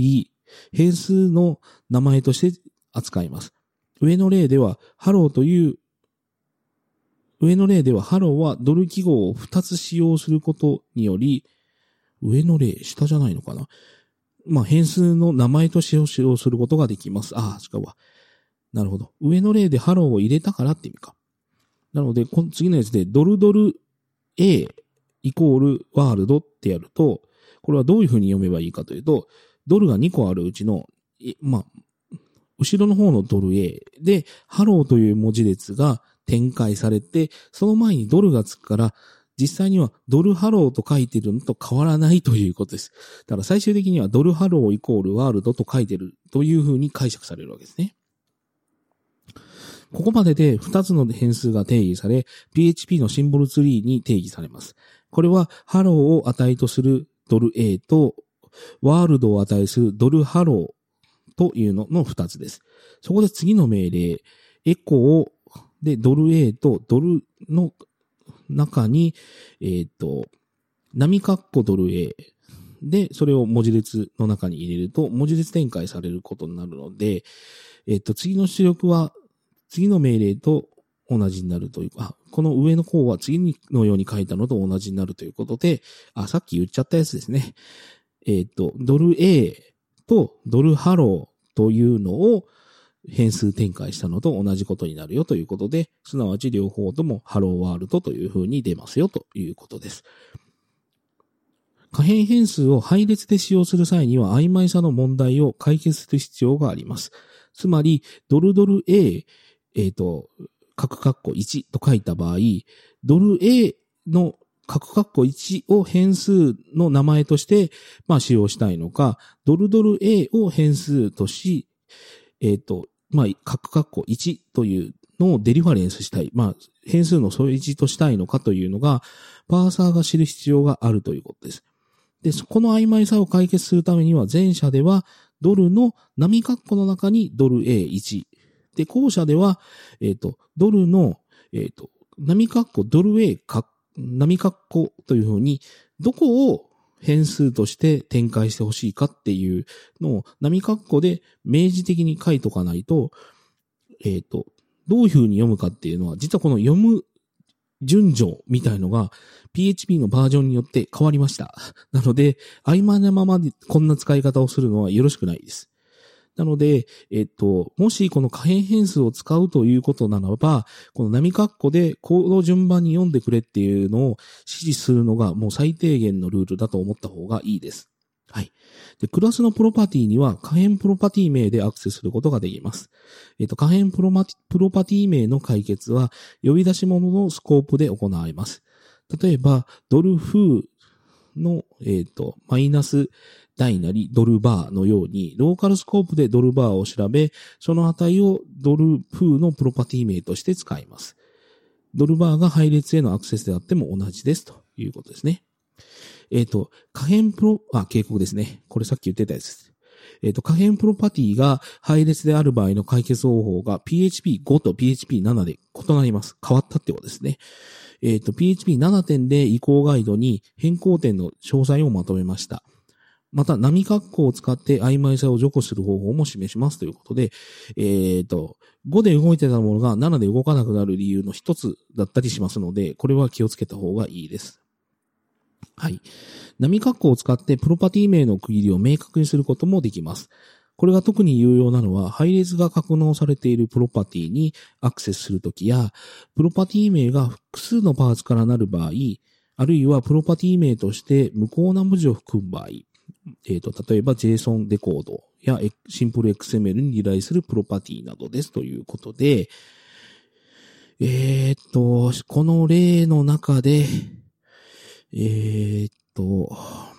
変数の名前として扱います。上の例では、ハローという、上の例では、ハローはドル記号をふたつ使用することにより、上の例、下じゃないのかな。まあ、変数の名前として使用することができます。ああ、違うわ。なるほど。上の例でハローを入れたからって意味か。なので、この次のやつで、ドルドル A イコールワールドってやると、これはどういうふうに読めばいいかというと、ドルがにこあるうちの、まあ、後ろの方のドル A で、ハローという文字列が展開されて、その前にドルがつくから、実際にはドルハローと書いてるのと変わらないということです。だから最終的にはドルハローイコールワールドと書いてるというふうに解釈されるわけですね。ここまででふたつの変数が定義され、ピーエイチピー のシンボルツリーに定義されます。これはハローを値とするドル A とワールドを値するドルハローというののふたつです。そこで次の命令、エコーでドル A とドルの中に、えっと、波括弧ドル A で、それを文字列の中に入れると、文字列展開されることになるので、えっと、次の出力は、次の命令と同じになるというか、この上の項は次のように書いたのと同じになるということで、あ、さっき言っちゃったやつですね。えっと、ドル A とドルハローというのを変数展開したのと同じことになるよということで、すなわち両方ともハローワールドという風に出ますよということです。可変変数を配列で使用する際には曖昧さの問題を解決する必要があります。つまり、ドルドル A、えっと、角括弧いちと書いた場合、ドル A の角括弧いちを変数の名前として、まあ使用したいのか、ドルドル A を変数とし、えっと、まあ、角括弧いちというのをデリファレンスしたい。まあ、変数の相似としたいのかというのが、パーサーが知る必要があるということです。で、この曖昧さを解決するためには、前者では、ドルの波括弧の中にドル エーいち。で、後者では、えっと、ドルの、えっと、波括弧ドル A か、波括弧というふうに、どこを変数として展開してほしいかっていうのを波括弧で明示的に書いとかないと、えっと、どういうふうに読むかっていうのは、実はこの読む順序みたいのが ピーエイチピー のバージョンによって変わりました。なので、曖昧なままでこんな使い方をするのはよろしくないです。なので、えっと、もしこの可変変数を使うということならば、この波括弧でこの順番に読んでくれっていうのを指示するのがもう最低限のルールだと思った方がいいです。はい。で、クラスのプロパティには可変プロパティ名でアクセスすることができます。えっと、可変プロマティ、プロパティ名の解決は呼び出し物のスコープで行われます。例えば、ドルフーの、えっと、マイナス大なりドルバーのように、ローカルスコープでドルバーを調べ、その値をドルフーのプロパティ名として使います。ドルバーが配列へのアクセスであっても同じですということですね。えっと、可変プロ、あ、警告ですね。これさっき言ってたやつです。えっと、可変プロパティが配列である場合の解決方法が ピーエイチピーご と ピーエイチピーなな で異なります。変わったってことですね。えっと、ピーエイチピーななてんゼロ 移行ガイドに変更点の詳細をまとめました。また、波括弧を使って曖昧さを除去する方法も示しますということで、えっと、ごで動いてたものがななで動かなくなる理由の一つだったりしますので、これは気をつけた方がいいです。はい。波括弧を使ってプロパティ名の区切りを明確にすることもできます。これが特に有用なのは、配列が格納されているプロパティにアクセスするときや、プロパティ名が複数のパーツからなる場合、あるいはプロパティ名として無効な文字を含む場合、えっと、例えば JSON デコードやシンプル エックスエムエル に由来するプロパティなどですということで、えっと、この例の中で、えっと、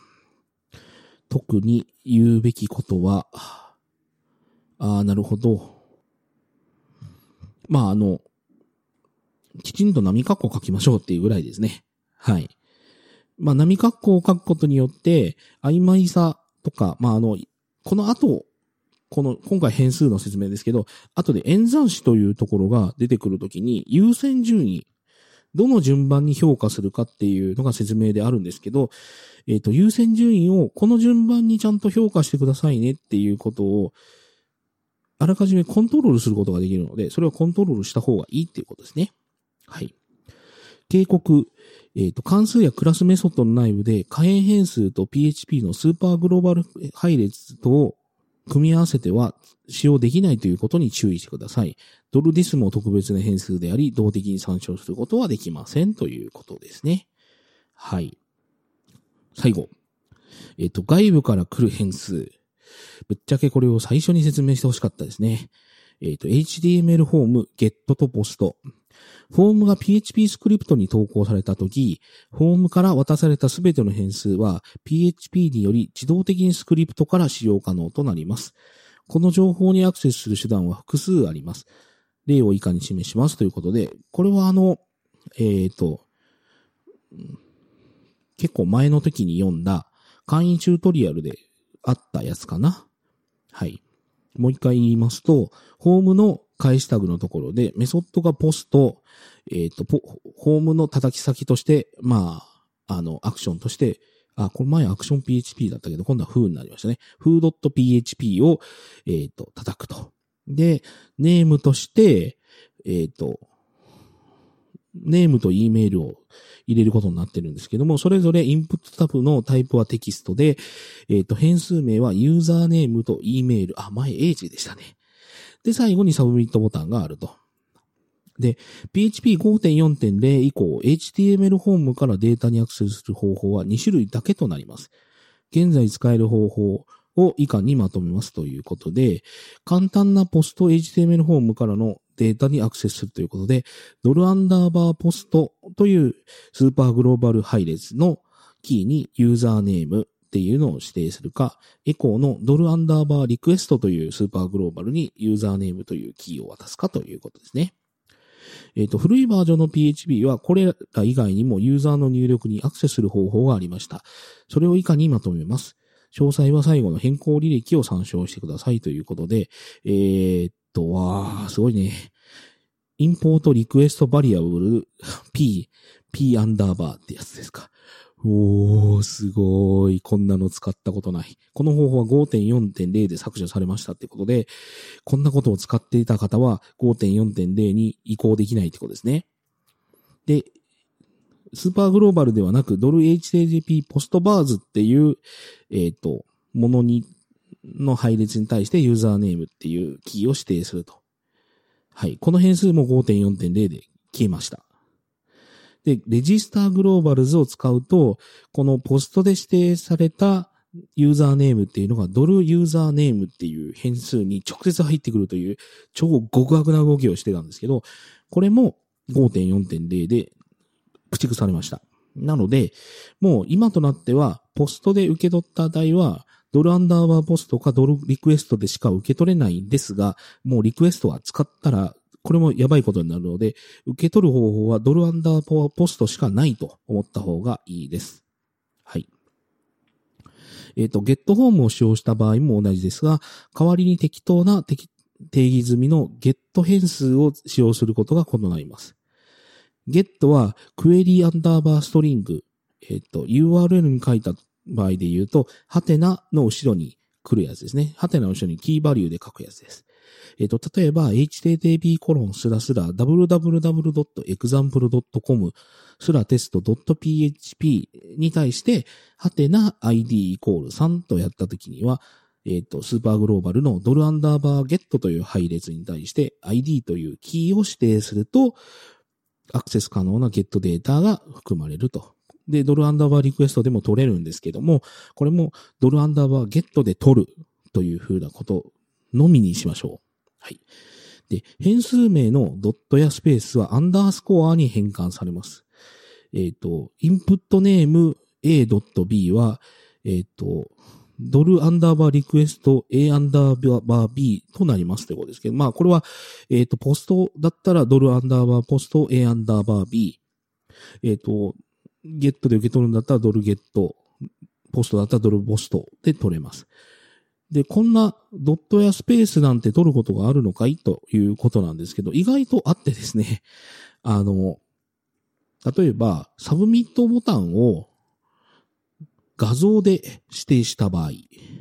特に言うべきことは、ああ、なるほど。まあ、あの、きちんと波括弧を書きましょうっていうぐらいですね。はい。まあ、波括弧を書くことによって、曖昧さとか、まあ、あの、この後、この、今回変数の説明ですけど、後で演算子というところが出てくるときに、優先順位どの順番に評価するかっていうのが説明であるんですけど、えっと、優先順位をこの順番にちゃんと評価してくださいねっていうことを、あらかじめコントロールすることができるので、それをコントロールした方がいいっていうことですね。はい。警告。えっと、関数やクラスメソッドの内部で可変変数と ピーエイチピー のスーパーグローバル配列とを組み合わせては使用できないということに注意してください。ドルディスも特別な変数であり、動的に参照することはできませんということですね。はい。最後。えっと、外部から来る変数。ぶっちゃけこれを最初に説明してほしかったですね。えっと、エイチディーエムエル フォーム、ゲット とポスト。フォームが ピーエイチピー スクリプトに投稿されたとき、フォームから渡されたすべての変数は ピーエイチピー により自動的にスクリプトから使用可能となります。この情報にアクセスする手段は複数あります。例を以下に示しますということで、これはあの、えっと、結構前の時に読んだ簡易チュートリアルであったやつかな。はい。もう一回言いますと、フォームの返しタグのところで、メソッドがポスト、えっと、フォームの叩き先として、まあ、あの、アクションとして、あ、これ前アクション ピーエイチピー だったけど、今度は フー になりましたね。foo.php を、えっと、叩くと。で、ネームとして、えっと、ネームと E メールを入れることになってるんですけども、それぞれインプットタブのタイプはテキストで、えっと、変数名はユーザーネームと E メール、あ、前 H でしたね。で、最後にサブミットボタンがあると。で、ピーエイチピーごてんよんてんゼロ 以降、エイチティーエムエル フォームからデータにアクセスする方法はに種類だけとなります。現在使える方法を以下にまとめますということで、簡単なポスト エイチティーエムエル フォームからのデータにアクセスするということで、ドルアンダーバーポストというスーパーグローバル配列のキーにユーザーネームっていうのを指定するか、エコーのドルアンダーバーリクエストというスーパーグローバルにユーザーネームというキーを渡すかということですね。えっと、古いバージョンの ピーエイチピー はこれら以外にもユーザーの入力にアクセスする方法がありました。それを以下にまとめます。詳細は最後の変更履歴を参照してくださいということで、えー、っと、わー、すごいね。インポートリクエストバリアブル P、P アンダーバーってやつですか。おー、すごい。こんなの使ったことない。この方法は ごてんよんてんゼロ で削除されましたってことで、こんなことを使っていた方は ごてんよんてんゼロ に移行できないってことですね。で、スーパーグローバルではなく、ドル エイチティージーピー ポストバーズっていう、えっと、ものに、の配列に対してユーザーネームっていうキーを指定すると。はい。この変数も ごてんよんてんゼロ で消えました。で、レジスターグローバルズを使うと、このポストで指定されたユーザーネームっていうのがドルユーザーネームっていう変数に直接入ってくるという超極悪な動きをしてたんですけど、これも ごてんよんてんゼロ で駆逐されました。なので、もう今となっては、ポストで受け取った値は、ドルアンダーバーポストかドルリクエストでしか受け取れないんですが、もうリクエストは使ったら、これもやばいことになるので、受け取る方法はドルアンダーバーポストしかないと思った方がいいです。はい。えっと、ゲットフォームを使用した場合も同じですが、代わりに適当な定義済みのゲット変数を使用することが異なります。ゲットはクエリーアンダーバーストリング、えっと、ユーアールエル に書いた場合で言うと、ハテナの後ろに来るやつですね。ハテナの後ろにキーバリューで書くやつです。えっと、例えば、エイチティーティーピーコロンスラスラダブリューダブリューダブリュードットエグザンプルドットコムスラテストドットピーエイチピー に対して、ハテナ アイディー イコールさんとやったときには、えっと、スーパーグローバルのドルアンダーバーゲットという配列に対して アイディー というキーを指定すると、アクセス可能なゲットデータが含まれると。で、ドルアンダーバーリクエストでも取れるんですけども、これもドルアンダーバーゲットで取るというふうなことのみにしましょう。はい。で、変数名のドットやスペースはアンダースコアに変換されます。えっと、インプットネーム A.B は、えっと、ドルアンダーバーリクエスト A アンダーバー B となりますということですけど、まあこれは、えっと、ポストだったらドルアンダーバーポスト A アンダーバー B。えっと、ゲットで受け取るんだったらドルゲット、ポストだったらドルポストで取れます。で、こんなドットやスペースなんて取ることがあるのかいということなんですけど、意外とあってですね、あの、 例えば、サブミットボタンを画像で指定した場合、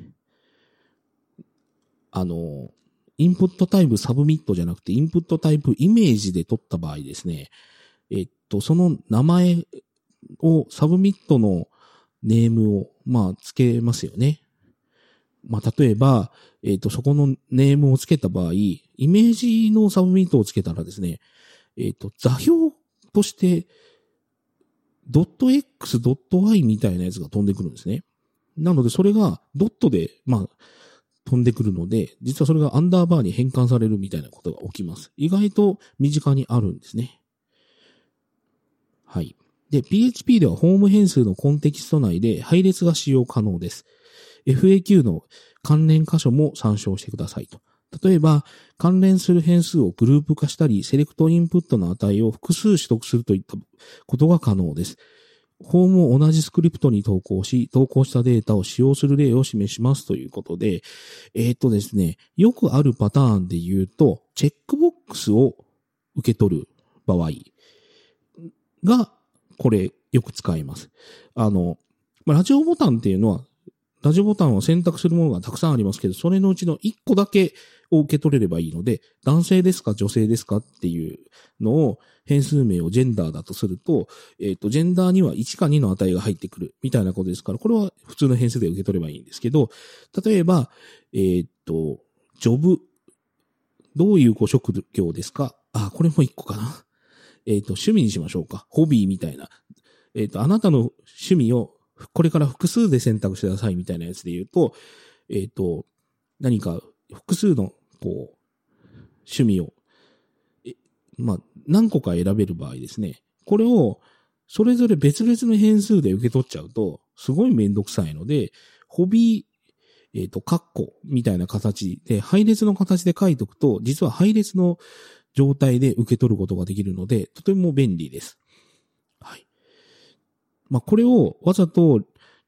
あの、インプットタイプサブミットじゃなくて、インプットタイプイメージで取った場合ですね、えっと、その名前を、サブミットのネームを、まあ、付けますよね。まあ、例えば、えっと、そこのネームを付けた場合、イメージのサブミットを付けたらですね、えっと、座標として、ドット X、ドット Y みたいなやつが飛んでくるんですね。なので、それがドットで、まあ、飛んでくるので、実はそれがアンダーバーに変換されるみたいなことが起きます。意外と身近にあるんですね。はい。で、ピーエイチピー ではホーム変数のコンテキスト内で配列が使用可能です。エフエーキュー の関連箇所も参照してくださいと。例えば、関連する変数をグループ化したり、セレクトインプットの値を複数取得するといったことが可能です。ホームを同じスクリプトに投稿し、投稿したデータを使用する例を示しますということで、えっとですね、よくあるパターンで言うと、チェックボックスを受け取る場合が、これよく使います。あの、ラジオボタンっていうのは、ラジオボタンを選択するものがたくさんありますけど、それのうちのいっこだけを受け取れればいいので、男性ですか女性ですかっていうのを変数名をジェンダーだとすると、えっと、ジェンダーにはいちかにの値が入ってくるみたいなことですから、これは普通の変数で受け取ればいいんですけど、例えば、えっと、ジョブ、どういうご職業ですか？あ、これもいっこかな。えっと、趣味にしましょうか。ホビーみたいな。えっと、あなたの趣味をこれから複数で選択してくださいみたいなやつで言うと、えっと、何か複数の、こう、趣味を、えまあ、何個か選べる場合ですね。これを、それぞれ別々の変数で受け取っちゃうと、すごいめんどくさいので、ホビー、えっと、カッコみたいな形で、配列の形で書いとくと、実は配列の状態で受け取ることができるので、とても便利です。はい。まあ、これをわざと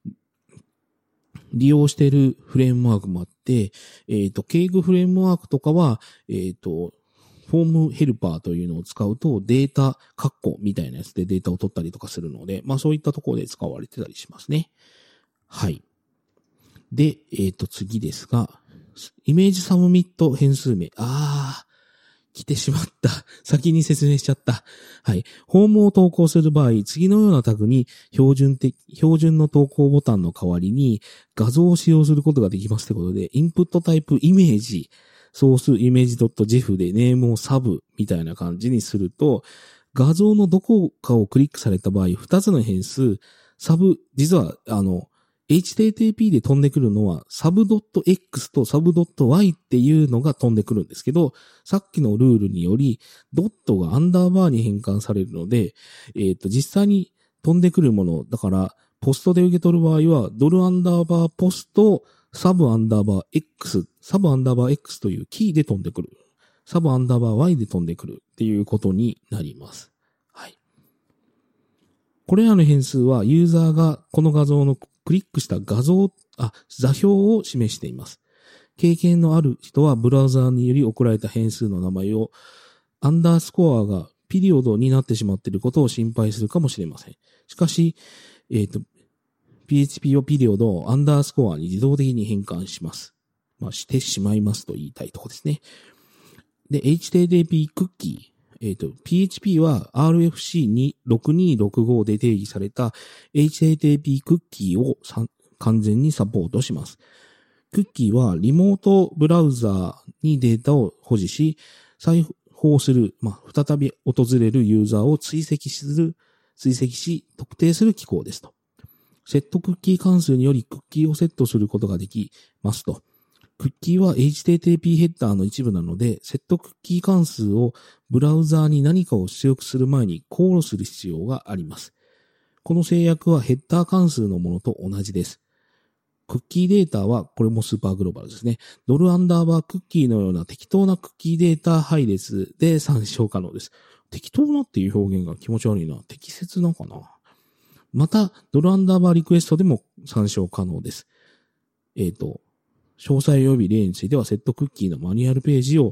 利用しているフレームワークもあって、えっと、ケイグフレームワークとかは、えっと、フォームヘルパーというのを使うとデータカッコみたいなやつでデータを取ったりとかするので、まあそういったところで使われてたりしますね。はい。で、えっと、次ですが、イメージサブミット変数名。あー。来てしまった。先に説明しちゃった。はい。ホームを投稿する場合、次のようなタグに標準的、標準の投稿ボタンの代わりに画像を使用することができますということで、インプットタイプイメージ、ソースイメージ .jif でネームをサブみたいな感じにすると、画像のどこかをクリックされた場合、ふたつの変数、サブ、実は、あの、エイチティーティーピー で飛んでくるのは サブドットエックス と サブドットワイ っていうのが飛んでくるんですけど、さっきのルールによりドットがアンダーバーに変換されるので、えっと、実際に飛んでくるもの、だからポストで受け取る場合はドルアンダーバーポスト、サブアンダーバー X、サブアンダーバー X というキーで飛んでくる。サブアンダーバー Y で飛んでくるっていうことになります。はい。これらの変数はユーザーがこの画像のクリックした画像、あ、座標を示しています。経験のある人はブラウザーにより送られた変数の名前をアンダースコアがピリオドになってしまっていることを心配するかもしれません。しかし、えっと、ピーエイチピー をピリオドをアンダースコアに自動的に変換します。まあ、してしまいますと言いたいところですね。で、エイチティーティーピー クッキー。えっと、ピーエイチピー は アールエフシーろくにーろくご で定義された エイチティーティーピー クッキーを完全にサポートします。クッキーはリモートブラウザーにデータを保持し、再訪する、まあ、再び訪れるユーザーを追跡する、追跡し、特定する機構ですと。セットクッキー関数によりクッキーをセットすることができますと。クッキーは エイチティーティーピー ヘッダーの一部なので、セットクッキー関数をブラウザーに何かを出力する前にコールする必要があります。この制約はヘッダー関数のものと同じです。クッキーデータは、これもスーパーグローバルですね。ドルアンダーバークッキーのような適当なクッキーデータ配列で参照可能です。適当なっていう表現が気持ち悪いな。適切なのかな。また、ドルアンダーバーリクエストでも参照可能です。えっと、詳細及び例については、セットクッキーのマニュアルページを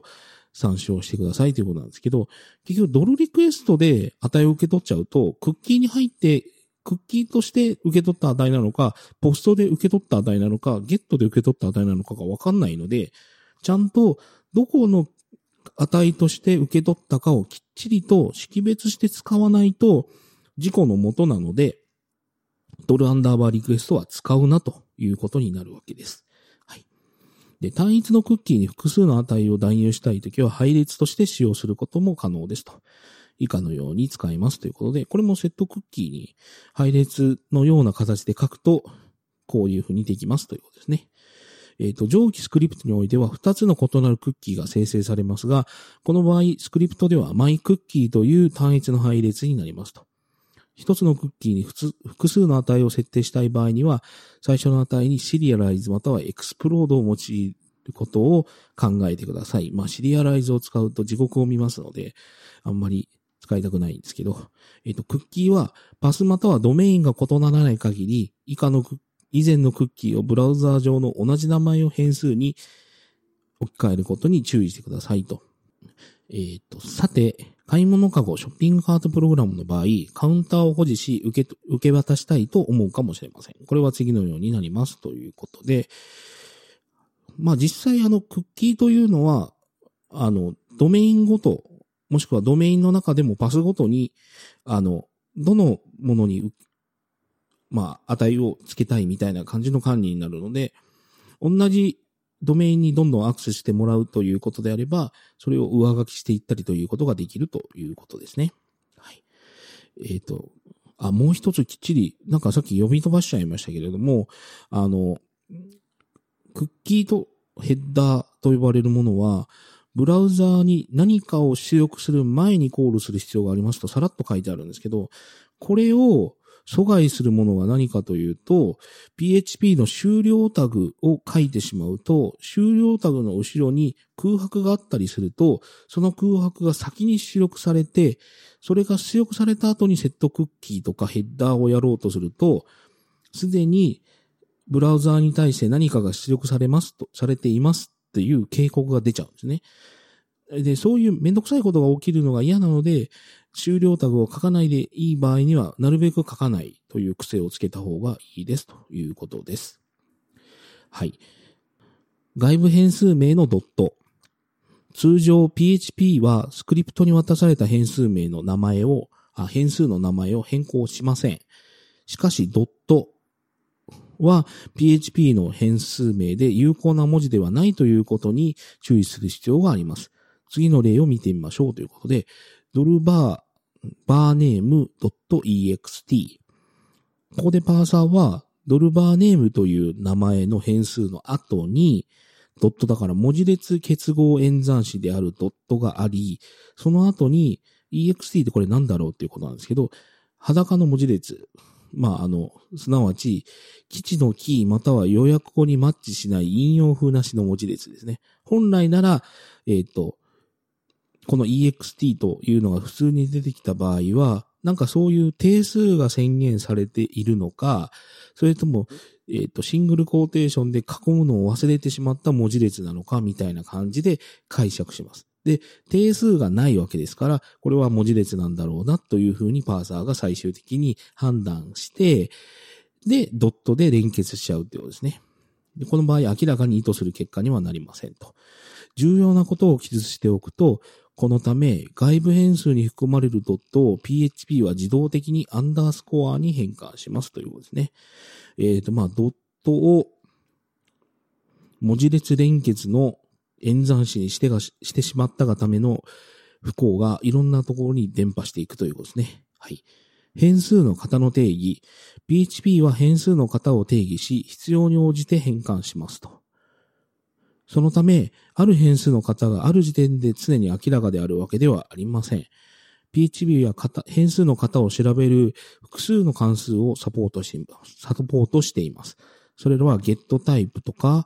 参照してくださいということなんですけど、結局ドルリクエストで値を受け取っちゃうと、クッキーに入って、クッキーとして受け取った値なのか、ポストで受け取った値なのか、ゲットで受け取った値なのかがわかんないので、ちゃんとどこの値として受け取ったかをきっちりと識別して使わないと、事故の元なので、ドルアンダーバーリクエストは使うなということになるわけです。はい。で、単一のクッキーに複数の値を代入したいときは配列として使用することも可能ですと。以下のように使いますということで、これもセットクッキーに配列のような形で書くと、こういうふうにできますということですね。えっと、上記スクリプトにおいてはふたつの異なるクッキーが生成されますが、この場合、スクリプトではマイクッキーという単一の配列になりますと。一つのクッキーに複数の値を設定したい場合には、最初の値にシリアライズまたはエクスプロードを用いることを考えてください。まあ、シリアライズを使うと地獄を見ますので、あんまり使いたくないんですけど、えっと、クッキーはパスまたはドメインが異ならない限り、以下の以前のクッキーをブラウザー上の同じ名前を変数に置き換えることに注意してくださいと。えっと、さて、買い物カゴ、ショッピングカートプログラムの場合、カウンターを保持し、受け、受け渡したいと思うかもしれません。これは次のようになりますということで、まあ実際あのクッキーというのは、あの、ドメインごと、もしくはドメインの中でもパスごとに、あの、どのものに、まあ値をつけたいみたいな感じの管理になるので、同じドメインにどんどんアクセスしてもらうということであれば、それを上書きしていったりということができるということですね。はい。えっと、あ、もう一つきっちり、なんかさっき呼び飛ばしちゃいましたけれども、あの、クッキーとヘッダーと呼ばれるものは、ブラウザーに何かを出力する前にコールする必要がありますとさらっと書いてあるんですけど、これを阻害するものが何かというと、ピーエイチピー の終了タグを書いてしまうと、終了タグの後ろに空白があったりすると、その空白が先に出力されて、それが出力された後にセットクッキーとかヘッダーをやろうとすると、すでにブラウザーに対して何かが出力されますと、されていますっていう警告が出ちゃうんですね。で、そういうめんどくさいことが起きるのが嫌なので、終了タグを書かないでいい場合には、なるべく書かないという癖をつけた方がいいですということです。はい。外部変数名のドット。通常 ピーエイチピー はスクリプトに渡された変数名の名前を、あ、変数の名前を変更しません。しかしドットは ピーエイチピー の変数名で有効な文字ではないということに注意する必要があります。次の例を見てみましょうということで、ドルバー、バーネーム .ext。ここでパーサーは、ドルバーネームという名前の変数の後に、ドットだから文字列結合演算子であるドットがあり、その後に イーエックスティー ってこれなんだろうっていうことなんですけど、裸の文字列。まあ、あの、すなわち、基地のキーまたは予約語にマッチしない引用風なしの文字列ですね。本来なら、えっと、この イーエックスティー というのが普通に出てきた場合は、なんかそういう定数が宣言されているのか、それとも、えっと、シングルコーテーションで囲むのを忘れてしまった文字列なのか、みたいな感じで解釈します。で、定数がないわけですから、これは文字列なんだろうな、というふうにパーサーが最終的に判断して、で、ドットで連結しちゃうってことですね。でこの場合、明らかに意図する結果にはなりませんと。重要なことを記述しておくと、このため、外部変数に含まれるドットを ピーエイチピー は自動的にアンダースコアに変換しますということですね。えっと、まあ、ドットを文字列連結の演算子にしてがし、してしまったがための不幸がいろんなところに伝播していくということですね。はい。変数の型の定義。ピーエイチピー は変数の型を定義し、必要に応じて変換しますと。そのため、ある変数の型がある時点で常に明らかであるわけではありません。ピーエイチピー は型変数の型を調べる複数の関数をサポートしています。サポートしています。それらは getType とか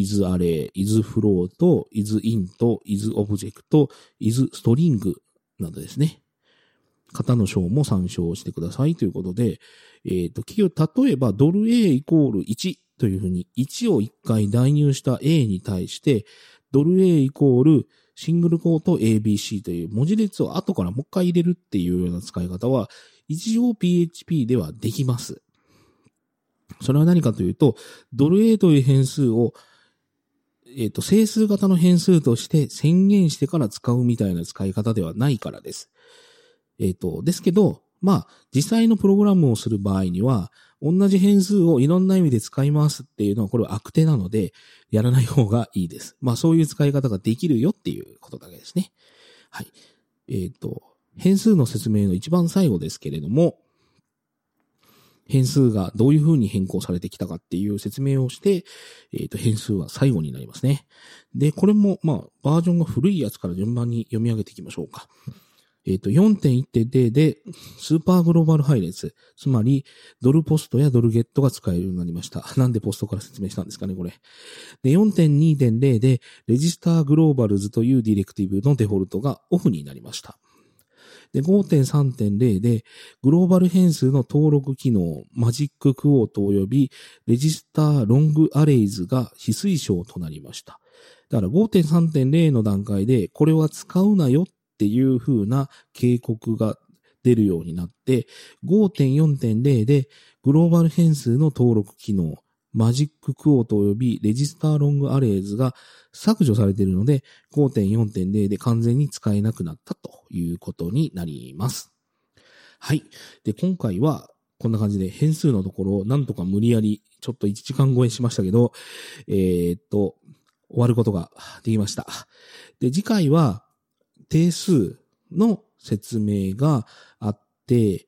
isArray、isFloat、isInt、isObject、isString などですね。型の章も参照してくださいということで、えっと、企業、例えばドル A イコールいちというふうにいちをいっかい代入した A に対して、ドル A イコールシングルコート エービーシー という文字列を後からもう一回入れるっていうような使い方は、一応 ピーエイチピー ではできます。それは何かというと、ドル A という変数を、えっと、整数型の変数として宣言してから使うみたいな使い方ではないからです。えっと、ですけど、まあ、実際のプログラムをする場合には、同じ変数をいろんな意味で使いますっていうのは、これは悪手なので、やらない方がいいです。まあ、そういう使い方ができるよっていうことだけですね。はい。えっと、変数の説明の一番最後ですけれども、変数がどういう風に変更されてきたかっていう説明をして、えっと、変数は最後になりますね。で、これも、まあ、バージョンが古いやつから順番に読み上げていきましょうか。えっと、よんてんいってんゼロ で、スーパーグローバル配列、つまり、ドルポストやドルゲットが使えるようになりました。なんでポストから説明したんですかね、これ。で、よんてんにてんゼロ で、レジスターグローバルズというディレクティブのデフォルトがオフになりました。で、ごてんさんてんゼロ で、グローバル変数の登録機能、マジッククォート及びレジスターロングアレイズが非推奨となりました。だから ごてんさんてんゼロ の段階で、これは使うなよっていう風な警告が出るようになって、ごてんよんてんゼロ で、グローバル変数の登録機能、マジッククォート及びレジスターロングアレイズが削除されているので ごてんよんてんゼロ で完全に使えなくなったということになります。はい。で、今回はこんな感じで変数のところをなんとか無理やりちょっといちじかん超えしましたけど、えー、っと、終わることができました。で、次回は定数の説明があって、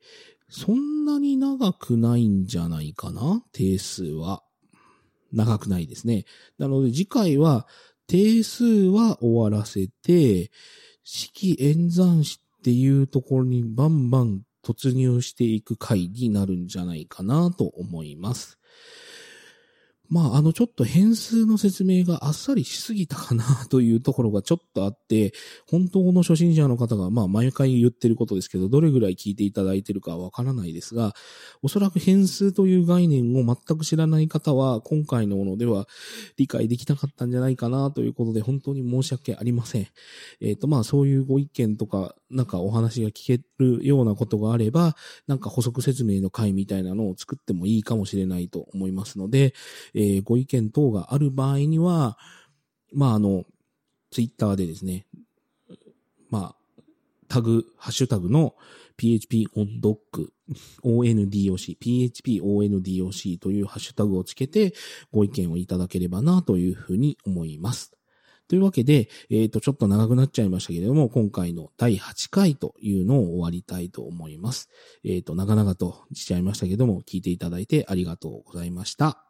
そんなに長くないんじゃないかな？定数は。長くないですね。なので次回は定数は終わらせて、式演算子っていうところにバンバン突入していく回になるんじゃないかなと思います。まあ、あの、ちょっと変数の説明があっさりしすぎたかなというところがちょっとあって、本当の初心者の方が、まあ、毎回言ってることですけど、どれぐらい聞いていただいてるかはわからないですが、おそらく変数という概念を全く知らない方は、今回のものでは理解できなかったんじゃないかなということで、本当に申し訳ありません。えっと、まあ、そういうご意見とか、なんかお話が聞けるようなことがあれば、なんか補足説明の回みたいなのを作ってもいいかもしれないと思いますので、えー、ご意見等がある場合には、まあ、あの、ツイッターでですね、まあ、タグ、ハッシュタグの ピーエイチピー オンドック、オーエヌディーオーシー、ピーエイチピー オーエヌディーオーシー というハッシュタグをつけてご意見をいただければなというふうに思います。というわけで、えっと、ちょっと長くなっちゃいましたけれども、今回のだいはちかいというのを終わりたいと思います。えっと、長々としちゃいましたけども、聞いていただいてありがとうございました。